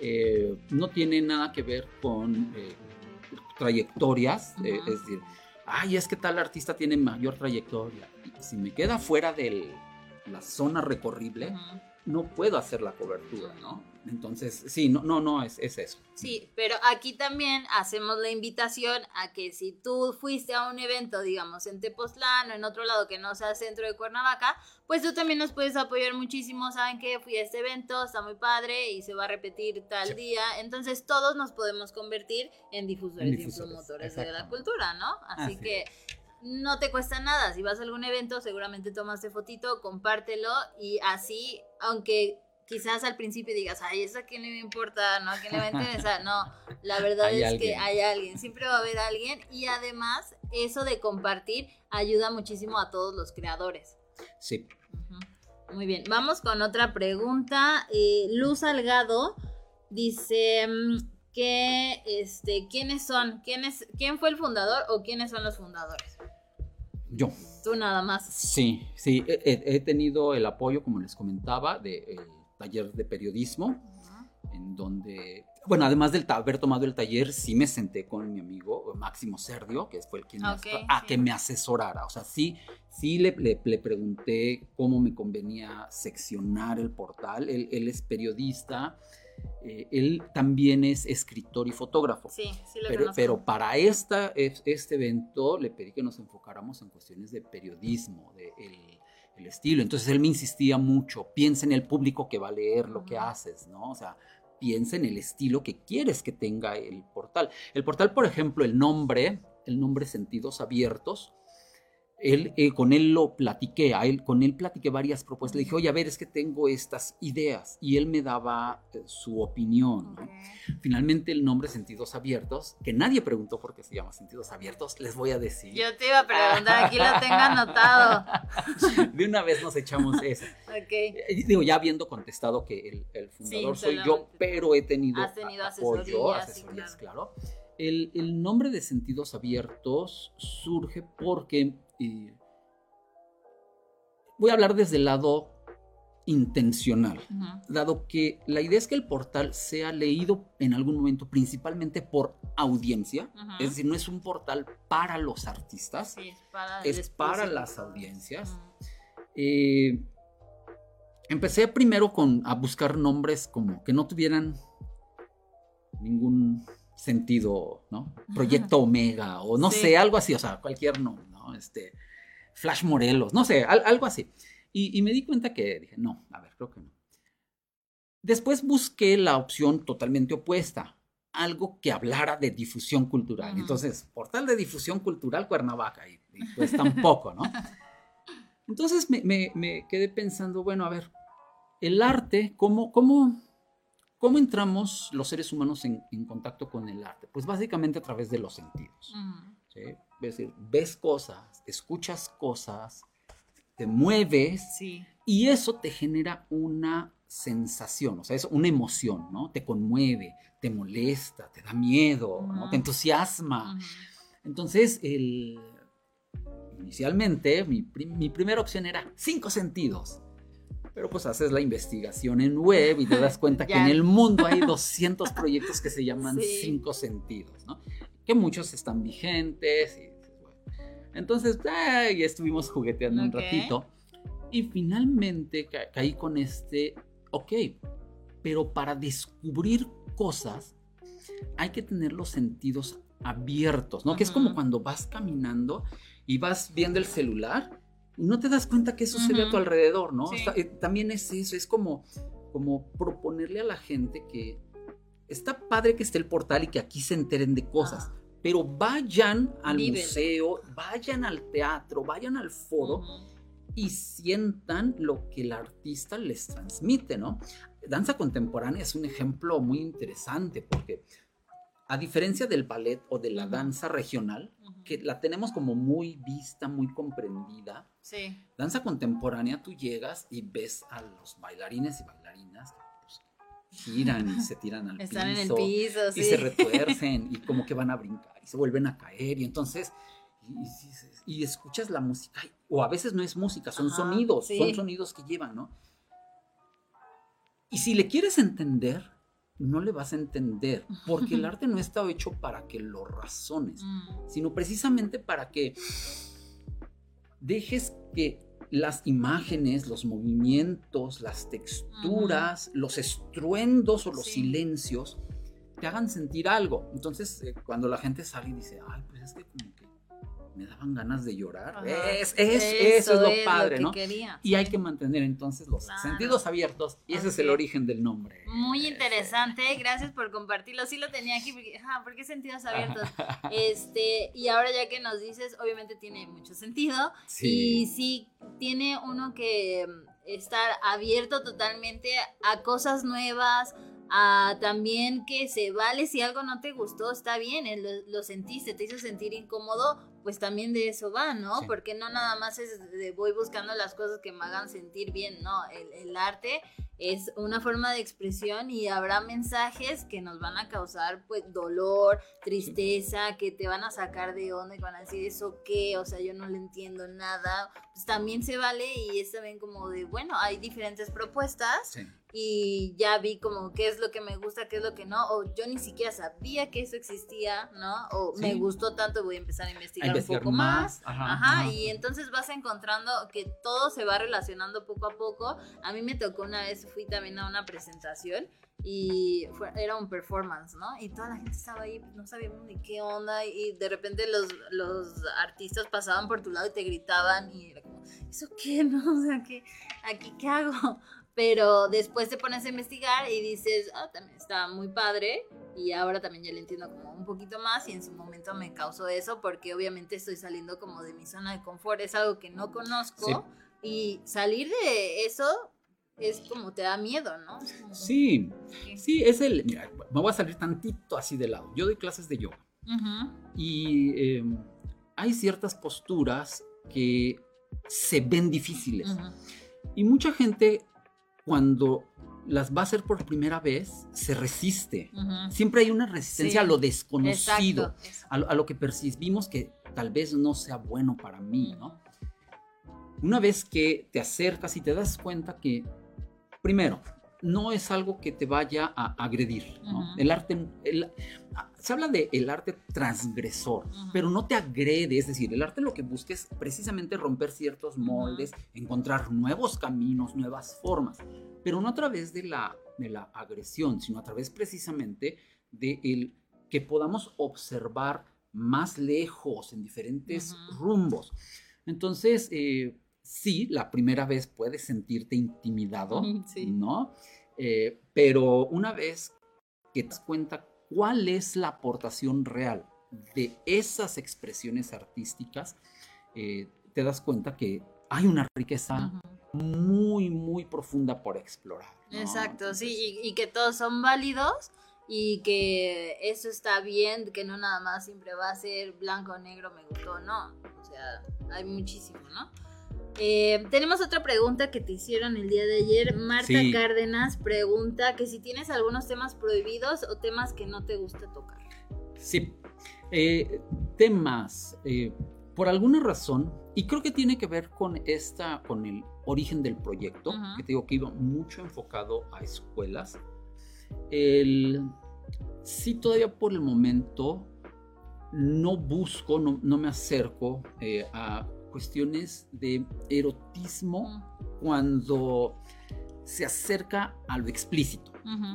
No tiene nada que ver con trayectorias, es decir, es que tal artista tiene mayor trayectoria. Y si me queda fuera de la zona recorrible, no puedo hacer la cobertura, ¿no? Entonces, sí, no, es eso. Sí, pero aquí también hacemos la invitación a que si tú fuiste a un evento, digamos, en Tepoztlán o en otro lado que no sea centro de Cuernavaca, pues tú también nos puedes apoyar muchísimo. Saben que fui a este evento, está muy padre y se va a repetir tal día. Entonces todos nos podemos convertir en difusores y en promotores de la cultura, ¿no? Así que no te cuesta nada. Si vas a algún evento, seguramente tomaste fotito, compártelo y así, aunque quizás al principio digas, ¿eso a quién le importa? ¿No? ¿A quién le va a interesar? No, la verdad es que hay alguien, siempre va a haber alguien y además eso de compartir ayuda muchísimo a todos los creadores. Sí. Muy bien, vamos con otra pregunta. Luz Salgado dice que, ¿quiénes son? ¿Quién fue el fundador o quiénes son los fundadores? Yo. Tú nada más. Sí, he tenido el apoyo, como les comentaba, del taller de periodismo, en donde, bueno, además de haber tomado el taller, sí me senté con mi amigo Máximo Serdio, que fue el quien que me asesorara. O sea, sí le pregunté cómo me convenía seccionar el portal. Él es periodista. Él también es escritor y fotógrafo. Sí pero para este evento le pedí que nos enfocáramos en cuestiones de periodismo, el estilo. Entonces él me insistía mucho, piensa en el público que va a leer lo que haces, ¿no? O sea, piensa en el estilo que quieres que tenga el portal. El portal, por ejemplo, el nombre Sentidos Abiertos, con él lo platiqué, con él platiqué varias propuestas. Le dije, oye, a ver, es que tengo estas ideas, y él me daba su opinión, ¿no? Finalmente el nombre Sentidos Abiertos, que nadie preguntó por qué se llama Sentidos Abiertos, les voy a decir. Yo te iba a preguntar, aquí lo tengo anotado. De una vez nos echamos esa. Digo, ya habiendo contestado que el fundador soy yo, pero he tenido asesorías, claro. El nombre de Sentidos Abiertos surge porque voy a hablar desde el lado intencional, dado que la idea es que el portal sea leído en algún momento principalmente por audiencia, es decir, no es un portal para los artistas, es para las audiencias. Empecé primero a buscar nombres como que no tuvieran ningún sentido, ¿no? Proyecto Omega o no sé, algo así, o sea, cualquier nombre, ¿no? Flash Morelos, no sé, algo así. Y me di cuenta que dije, no, a ver, creo que no. Después busqué la opción totalmente opuesta, algo que hablara de difusión cultural. Entonces, portal de difusión cultural Cuernavaca, y pues tampoco, ¿no? Entonces me quedé pensando, bueno, a ver, el arte, ¿cómo entramos los seres humanos en contacto con el arte? Pues básicamente a través de los sentidos. ¿Sí? Es decir, ves cosas, escuchas cosas, te mueves, y eso te genera una sensación, o sea, es una emoción, ¿no? Te conmueve, te molesta, te da miedo, ¿no? Te entusiasma. Entonces, inicialmente, mi primera opción era 5 sentidos. Pero pues haces la investigación en web y te das cuenta que en el mundo hay 200 proyectos que se llaman 5 sentidos, ¿no? Que muchos están vigentes. Entonces, ya estuvimos jugueteando un ratito. Y finalmente caí con pero para descubrir cosas hay que tener los sentidos abiertos, ¿no? Que es como cuando vas caminando y vas viendo el celular y no te das cuenta que eso se ve a tu alrededor, ¿no? También es eso, es como proponerle a la gente que está padre que esté el portal y que aquí se enteren de cosas, pero vayan al museo, vayan al teatro, vayan al foro y sientan lo que el artista les transmite, ¿no? Danza contemporánea es un ejemplo muy interesante porque a diferencia del ballet o de la danza regional, que la tenemos como muy vista, muy comprendida, Sí. danza contemporánea, tú llegas y ves a los bailarines y bailarinas que pues, giran y se tiran al Están en el piso piso, sí. y se retuercen y como que van a brincar y se vuelven a caer y entonces y escuchas la música o a veces no es música, son Ajá, sonidos, sí. son sonidos que llevan, ¿no? Y si le quieres entender, no le vas a entender, porque el arte no está hecho para que lo razones, sino precisamente para que dejes que las imágenes, los movimientos, las texturas, los estruendos o los silencios te hagan sentir algo. Entonces, cuando la gente sale y dice, ay, pues es que como que me daban ganas de llorar. Eso es lo padre, ¿no? Quería, y hay que mantener entonces los sentidos abiertos y ese es el origen del nombre. Muy interesante, gracias por compartirlo. Sí lo tenía aquí porque, ¿por qué sentidos abiertos? Y ahora ya que nos dices, obviamente tiene mucho sentido. Sí. Y sí, tiene uno que estar abierto totalmente a cosas nuevas, a también que se vale si algo no te gustó, está bien, lo sentiste, te hizo sentir incómodo, pues también de eso va, ¿no? Sí. Porque no nada más es de voy buscando las cosas que me hagan sentir bien, no, el arte es una forma de expresión y habrá mensajes que nos van a causar pues dolor, tristeza, que te van a sacar de onda y van a decir eso qué, o sea, yo no le entiendo nada, pues también se vale y es también como de, bueno, hay diferentes propuestas. Sí. Y ya vi como qué es lo que me gusta, qué es lo que no, o yo ni siquiera sabía que eso existía, ¿no? O me gustó tanto, voy a empezar a investigar un poco más. Ajá, y entonces vas encontrando que todo se va relacionando poco a poco. A mí me tocó una vez, fui también a una presentación y era un performance, ¿no? Y toda la gente estaba ahí, no sabíamos ni qué onda y de repente los artistas pasaban por tu lado y te gritaban y era como, ¿eso qué, no? O sea, ¿aquí qué hago? Pero después te pones a investigar y dices, también está muy padre y ahora también ya le entiendo como un poquito más y en su momento me causó eso porque obviamente estoy saliendo como de mi zona de confort, es algo que no conozco y salir de eso es como te da miedo, ¿no? Como, sí, mira, me voy a salir tantito así de lado, yo doy clases de yoga y hay ciertas posturas que se ven difíciles y mucha gente cuando las va a hacer por primera vez, se resiste. Siempre hay una resistencia a lo desconocido, a lo que percibimos que tal vez no sea bueno para mí, ¿no? Una vez que te acercas y te das cuenta que, primero, no es algo que te vaya a agredir, ¿no? El arte, se habla de el arte transgresor, pero no te agrede, es decir, el arte lo que busca es precisamente romper ciertos moldes, encontrar nuevos caminos, nuevas formas, pero no a través de la agresión, sino a través precisamente de el que podamos observar más lejos, en diferentes rumbos. Entonces, sí, la primera vez puedes sentirte intimidado, ¿no? Pero una vez que te das cuenta cuál es la aportación real de esas expresiones artísticas, te das cuenta que hay una riqueza muy, muy profunda por explorar, ¿no? Exacto, entonces, sí, y que todos son válidos y que eso está bien, que no nada más siempre va a ser blanco o negro, me gustó, no, o sea, hay muchísimo, ¿no? Tenemos otra pregunta que te hicieron el día de ayer. Marta Cárdenas pregunta que si tienes algunos temas prohibidos o temas que no te gusta tocar. Sí, temas, por alguna razón, y creo que tiene que ver con el origen del proyecto, que te digo que iba mucho enfocado a escuelas. Sí, todavía por el momento no busco, no me acerco a cuestiones de erotismo cuando se acerca a lo explícito.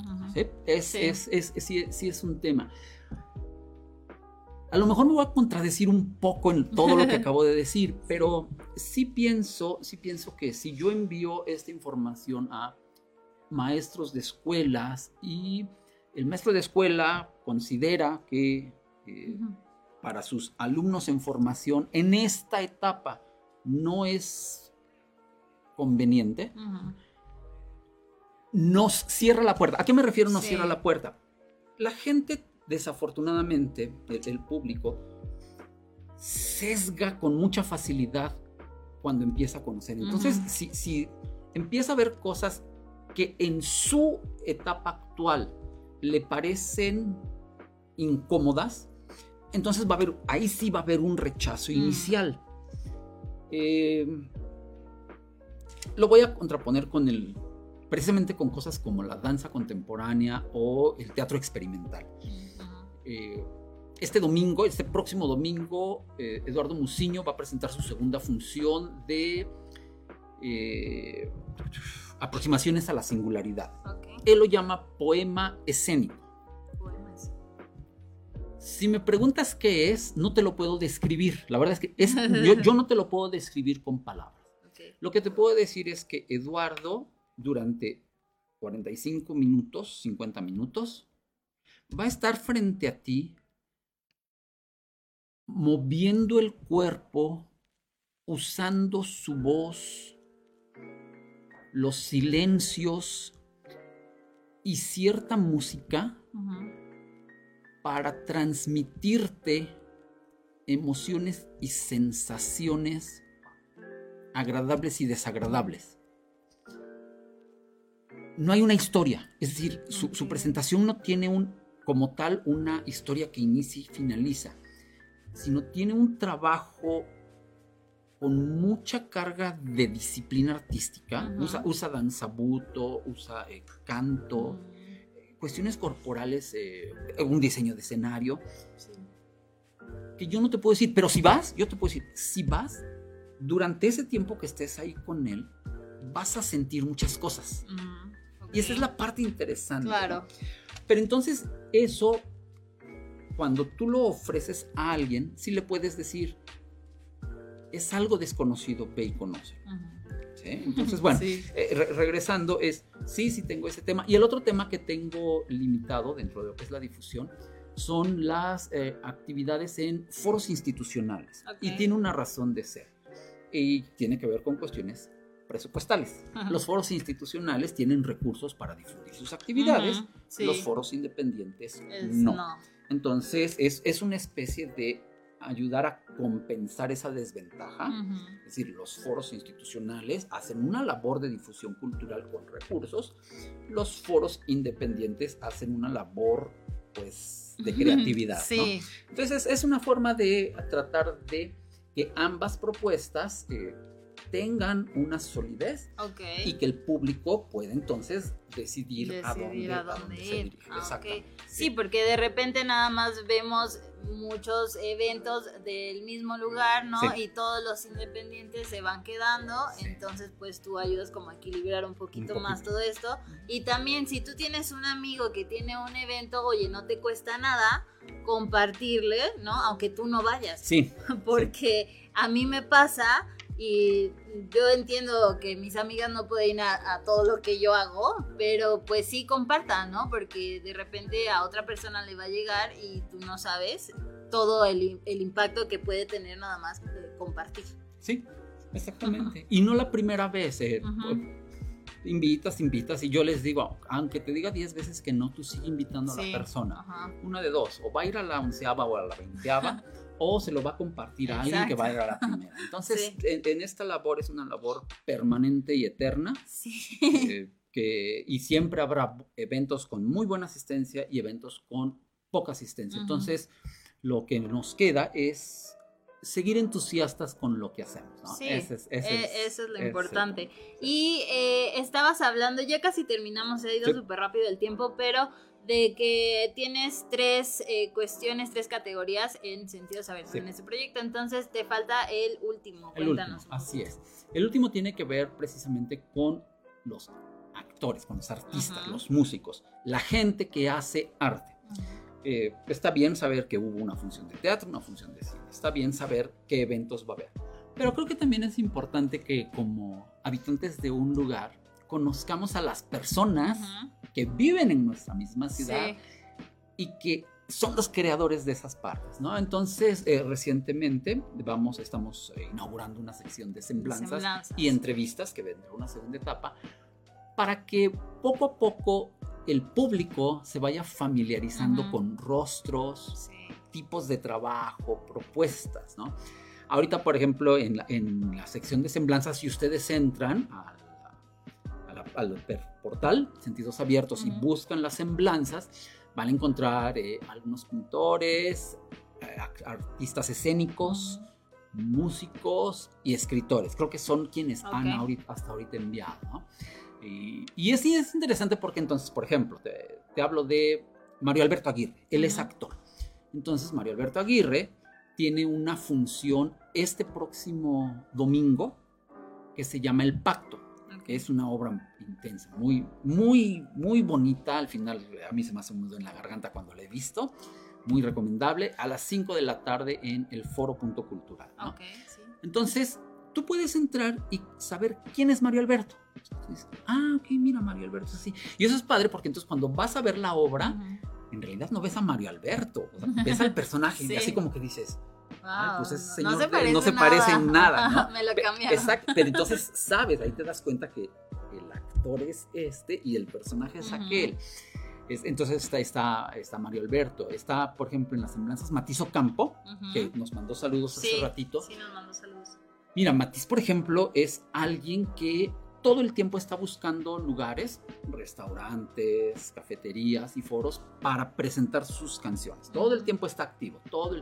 ¿Sí? Es un tema. A lo mejor me voy a contradecir un poco en todo lo que acabo de decir, pero sí pienso que si yo envío esta información a maestros de escuelas y el maestro de escuela considera que para sus alumnos en formación en esta etapa no es conveniente, nos cierra la puerta. ¿A qué me refiero nos cierra la puerta? La gente desafortunadamente el público sesga con mucha facilidad cuando empieza a conocer. Entonces, si empieza a ver cosas que en su etapa actual le parecen incómodas, entonces ahí sí va a haber un rechazo inicial. Lo voy a contraponer precisamente con cosas como la danza contemporánea o el teatro experimental. Este próximo domingo, Eduardo Muciño va a presentar su segunda función de aproximaciones a la singularidad. Okay. Él lo llama poema escénico. Si me preguntas qué es, no te lo puedo describir. La verdad es que yo no te lo puedo describir con palabras. Okay. Lo que te puedo decir es que Eduardo, durante 45 minutos, 50 minutos, va a estar frente a ti, moviendo el cuerpo, usando su voz, los silencios y cierta música para transmitirte emociones y sensaciones agradables y desagradables. No hay una historia, es decir, su presentación no tiene como tal una historia que inicia y finaliza, sino tiene un trabajo con mucha carga de disciplina artística. Usa danzabuto, usa canto, cuestiones corporales, un diseño de escenario, que yo no te puedo decir, pero yo te puedo decir, si vas, durante ese tiempo que estés ahí con él, vas a sentir muchas cosas. Y esa es la parte interesante. Claro. ¿No? Pero entonces eso, cuando tú lo ofreces a alguien, sí le puedes decir, es algo desconocido, ve y conoce. ¿Sí? Entonces, bueno, regresando sí tengo ese tema. Y el otro tema que tengo limitado dentro de lo que es la difusión son las actividades en foros institucionales. Okay. Y tiene una razón de ser. Y tiene que ver con cuestiones presupuestales. Los foros institucionales tienen recursos para difundir sus actividades. Los foros independientes no. Entonces, es una especie de ayudar a compensar esa desventaja. Es decir, los foros institucionales hacen una labor de difusión cultural con recursos. Los foros independientes hacen una labor, pues, de creatividad. ¿No? Entonces, es una forma de tratar de que ambas propuestas tengan una solidez y que el público pueda entonces decidir a dónde se dirige. Sí, porque de repente nada más vemos muchos eventos del mismo lugar, ¿no? Y todos los independientes se van quedando, entonces pues tú ayudas como a equilibrar un poquito más todo esto. Y también si tú tienes un amigo que tiene un evento, oye, no te cuesta nada compartirle, ¿no? Aunque tú no vayas. Porque a mí me pasa. Y yo entiendo que mis amigas no pueden ir a todo lo que yo hago, pero pues sí compartan, ¿no? Porque de repente a otra persona le va a llegar y tú no sabes todo el impacto que puede tener nada más compartir. Sí, exactamente. Y no la primera vez. Invitas y yo les digo, aunque te diga 10 veces que no, tú sigue invitando a la persona. Una de dos, o va a ir a la 11ª o a la 20ª o se lo va a compartir a alguien que va a ir a la primera. Entonces, en esta labor es una labor permanente y eterna. Y siempre habrá eventos con muy buena asistencia y eventos con poca asistencia. Entonces, lo que nos queda es seguir entusiastas con lo que hacemos, ¿no? Eso es lo importante. Y estabas hablando, ya casi terminamos, se ha ido súper rápido el tiempo, pero de que tienes 3 cuestiones, 3 categorías en sentidos abiertos en este proyecto, entonces te falta el último, cuéntanos. Así es. El último tiene que ver precisamente con los actores, con los artistas, los músicos, la gente que hace arte. Está bien saber que hubo una función de teatro, una función de cine, está bien saber qué eventos va a haber, pero creo que también es importante que como habitantes de un lugar conozcamos a las personas que viven en nuestra misma ciudad y que son los creadores de esas partes, ¿no? Entonces, recientemente estamos inaugurando una sección de semblanzas y entrevistas que vendrá una segunda etapa para que poco a poco el público se vaya familiarizando con rostros, Sí. tipos de trabajo, propuestas, ¿no? Ahorita, por ejemplo, en la sección de semblanzas, si ustedes entran al portal Sentidos Abiertos y buscan las semblanzas, van a encontrar algunos pintores, artistas escénicos, músicos y escritores. Creo que son quienes han hasta ahorita enviado, ¿no? Y es interesante porque entonces, por ejemplo, te hablo de Mario Alberto Aguirre. Él es actor. Entonces, Mario Alberto Aguirre tiene una función este próximo domingo que se llama El Pacto, que es una obra intensa, muy, muy, muy bonita. Al final, a mí se me hace un nudo en la garganta cuando la he visto. Muy recomendable, a las 5 de la tarde en el Foro Punto Cultural, ¿no? Sí. Entonces, tú puedes entrar y saber quién es Mario Alberto. Entonces, ok, mira, Mario Alberto, sí. Y eso es padre porque entonces cuando vas a ver la obra, en realidad no ves a Mario Alberto, o sea, ves al personaje y así como que dices, pues ese señor no se parece en nada, ¿no? Me lo cambiaron. Exacto, pero entonces sabes, ahí te das cuenta que el actor es este y el personaje es aquel. Entonces está Mario Alberto, está, por ejemplo, en las semblanzas Matiz Ocampo, que nos mandó saludos hace ratito. Sí, nos mandó saludos. Mira, Matiz, por ejemplo, es alguien que todo el tiempo está buscando lugares, restaurantes, cafeterías y foros para presentar sus canciones. Todo el tiempo está activo,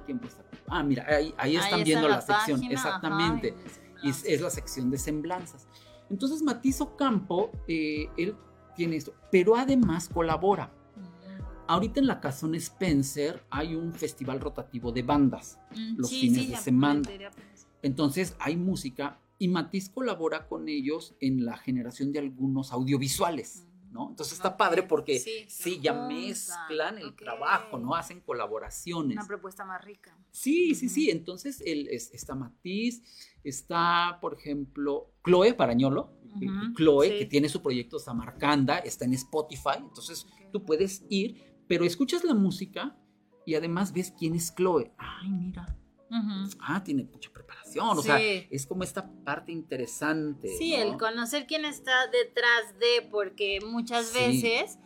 mira, ahí están viendo la sección, página, exactamente, es la sección de semblanzas. Entonces, Matiz Ocampo, él tiene esto, pero además colabora. Ahorita en la Casona Spencer hay un festival rotativo de bandas, los fines de semana. Entonces hay música y Matiz colabora con ellos en la generación de algunos audiovisuales, ¿no? Entonces está padre porque ya mezclan el trabajo, ¿no? Hacen colaboraciones. Una propuesta más rica. Sí. Entonces está Matiz, está, por ejemplo, Chloe Parañolo, que tiene su proyecto Samarcanda, está en Spotify, entonces tú puedes ir, pero escuchas la música y además ves quién es Chloe. Ay, mira. Tiene mucha preparación, o sea, es como esta parte interesante. Sí, ¿no? el conocer quién está detrás de, porque muchas veces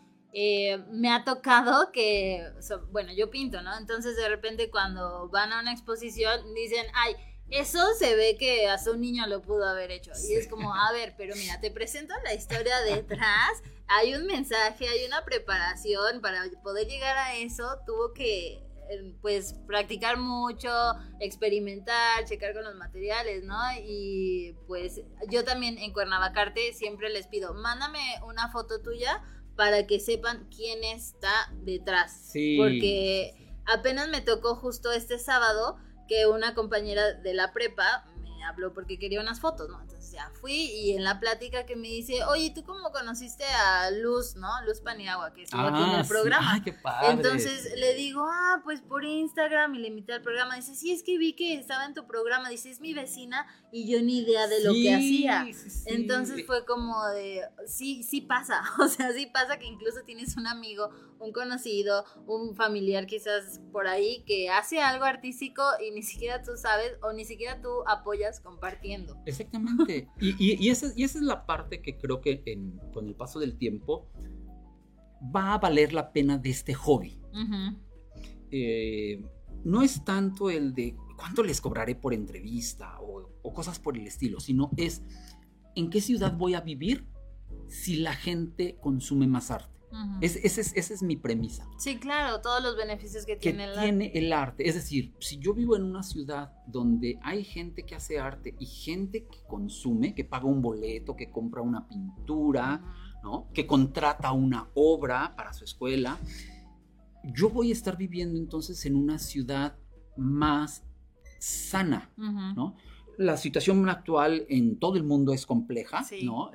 me ha tocado que, bueno, yo pinto, ¿no? Entonces de repente cuando van a una exposición dicen, ay, eso se ve que hasta un niño lo pudo haber hecho. Y es como, a ver, pero mira, te presento la historia detrás, hay un mensaje, hay una preparación para poder llegar a eso, tuvo que pues practicar mucho, experimentar, checar con los materiales, ¿no? Y pues yo también en Cuernavacarte siempre les pido, mándame una foto tuya para que sepan quién está detrás. Porque apenas me tocó justo este sábado que una compañera de la prepa me habló porque quería unas fotos, ¿no? Entonces ya fui y en la plática que me dice, oye, ¿tú cómo conociste a Luz, no? Luz Paniagua, que estuvo aquí en el programa. Ay, qué padre. Entonces le digo, pues por Instagram, y le invité al programa. Dice, sí, es que vi que estaba en tu programa. Dice, es mi vecina y yo ni idea de lo que hacía. Entonces fue como de, sí pasa. O sea, sí pasa que incluso tienes un amigo, un conocido, un familiar quizás por ahí que hace algo artístico y ni siquiera tú sabes o ni siquiera tú apoyas compartiendo. Exactamente. Y esa es la parte que creo que con el paso del tiempo va a valer la pena de este hobby. No es tanto el de cuánto les cobraré por entrevista o cosas por el estilo, sino es en qué ciudad voy a vivir si la gente consume más arte. Esa es mi premisa. Sí, claro, todos los beneficios que tiene el arte. Es decir, si yo vivo en una ciudad donde hay gente que hace arte y gente que consume, que paga un boleto, que compra una pintura, ¿no? Que contrata una obra para su escuela, yo voy a estar viviendo entonces en una ciudad más sana, ¿no? La situación actual en todo el mundo es compleja, ¿no?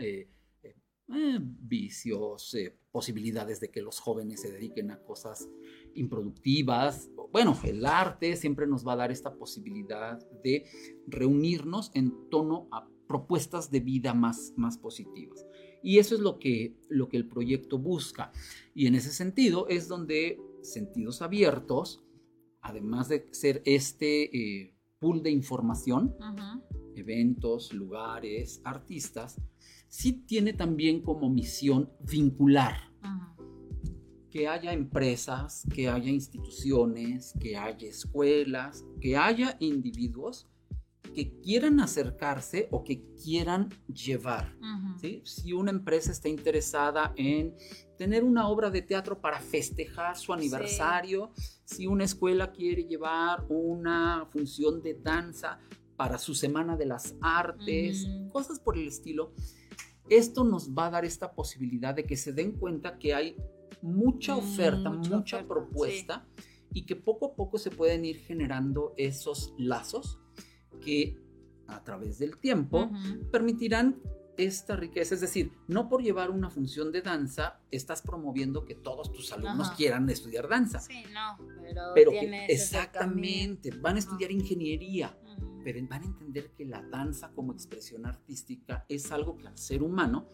Vicios, posibilidades de que los jóvenes se dediquen a cosas improductivas. Bueno, el arte siempre nos va a dar esta posibilidad de reunirnos en torno a propuestas de vida más positivas. Y eso es lo que el proyecto busca. Y en ese sentido es donde Sentidos Abiertos, además de ser este pool de información, eventos, lugares, artistas, sí tiene también como misión vincular. que haya empresas, que haya instituciones, que haya escuelas, que haya individuos que quieran acercarse o que quieran llevar. ¿Sí? Si una empresa está interesada en tener una obra de teatro para festejar su aniversario, si una escuela quiere llevar una función de danza para su Semana de las Artes, cosas por el estilo, esto nos va a dar esta posibilidad de que se den cuenta que hay mucha oferta, mucha propuesta, y que poco a poco se pueden ir generando esos lazos que a través del tiempo permitirán esta riqueza. Es decir, no por llevar una función de danza estás promoviendo que todos tus alumnos quieran estudiar danza. Sí, no, pero que exactamente, van a estudiar ingeniería, pero van a entender que la danza como expresión artística es algo que al ser humano,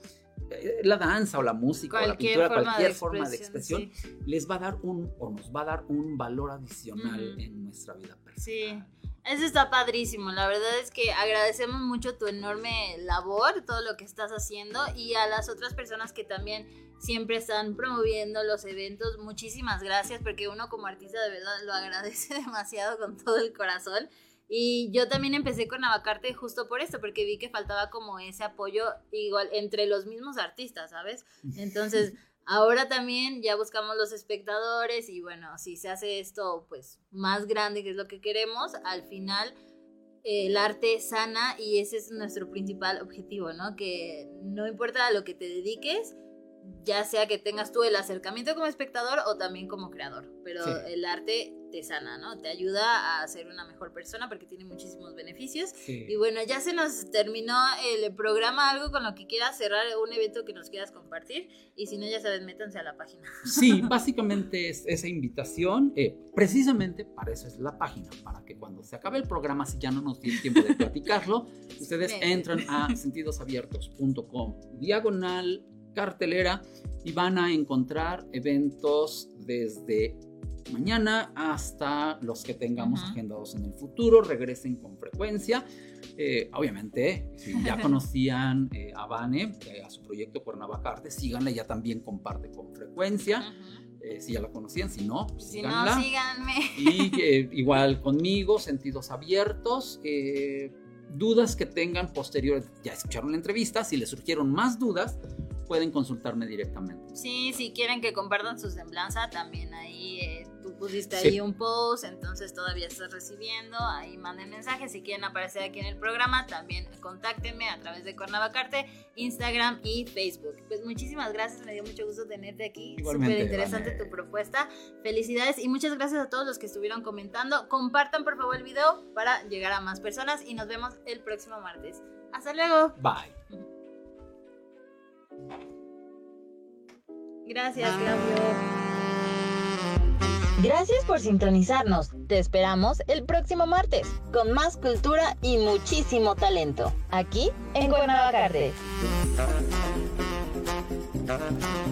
la danza o la música o la pintura, cualquier forma de expresión, les va a dar nos va a dar un valor adicional en nuestra vida personal. Sí. Eso está padrísimo, la verdad es que agradecemos mucho tu enorme labor, todo lo que estás haciendo, y a las otras personas que también siempre están promoviendo los eventos, muchísimas gracias, porque uno como artista de verdad lo agradece demasiado con todo el corazón. Y yo también empecé con Navacarte justo por esto, porque vi que faltaba como ese apoyo igual entre los mismos artistas, ¿sabes? Entonces ahora también ya buscamos los espectadores y bueno, si se hace esto pues más grande, que es lo que queremos, al final el arte sana, y ese es nuestro principal objetivo, ¿no? Que no importa a lo que te dediques, ya sea que tengas tú el acercamiento como espectador o también como creador, pero el arte te sana, ¿no? Te ayuda a ser una mejor persona porque tiene muchísimos beneficios. Y bueno, ya se nos terminó el programa. ¿Algo con lo que quieras cerrar, un evento que nos quieras compartir? Y si no, ya saben, métanse a la página. Sí, básicamente es esa invitación, precisamente para eso es la página, para que cuando se acabe el programa, si ya no nos dio tiempo de platicarlo, ustedes entran a sentidosabiertos.com/cartelera y van a encontrar eventos desde mañana hasta los que tengamos agendados en el futuro. Regresen con frecuencia. Obviamente, si ya conocían a Vane, a su proyecto Cuernavacarte, síganla, ya también comparte con frecuencia. Si ya la conocían, si no, síganla. Si no, síganme. Y igual conmigo, Sentidos Abiertos. Dudas que tengan posteriores, ya escucharon la entrevista, si les surgieron más dudas, pueden consultarme directamente. Sí, si quieren que compartan su semblanza, también ahí tú pusiste ahí un post, entonces todavía estás recibiendo, ahí manden mensajes. Si quieren aparecer aquí en el programa, también contáctenme a través de Cuernavacarte, Instagram y Facebook. Pues muchísimas gracias, me dio mucho gusto tenerte aquí. Súper interesante tu propuesta. Felicidades y muchas gracias a todos los que estuvieron comentando. Compartan por favor el video para llegar a más personas y nos vemos el próximo martes. Hasta luego. Bye. Gracias, Claudio. Gracias por sintonizarnos. Te esperamos el próximo martes con más cultura y muchísimo talento aquí en Cuernavacarte.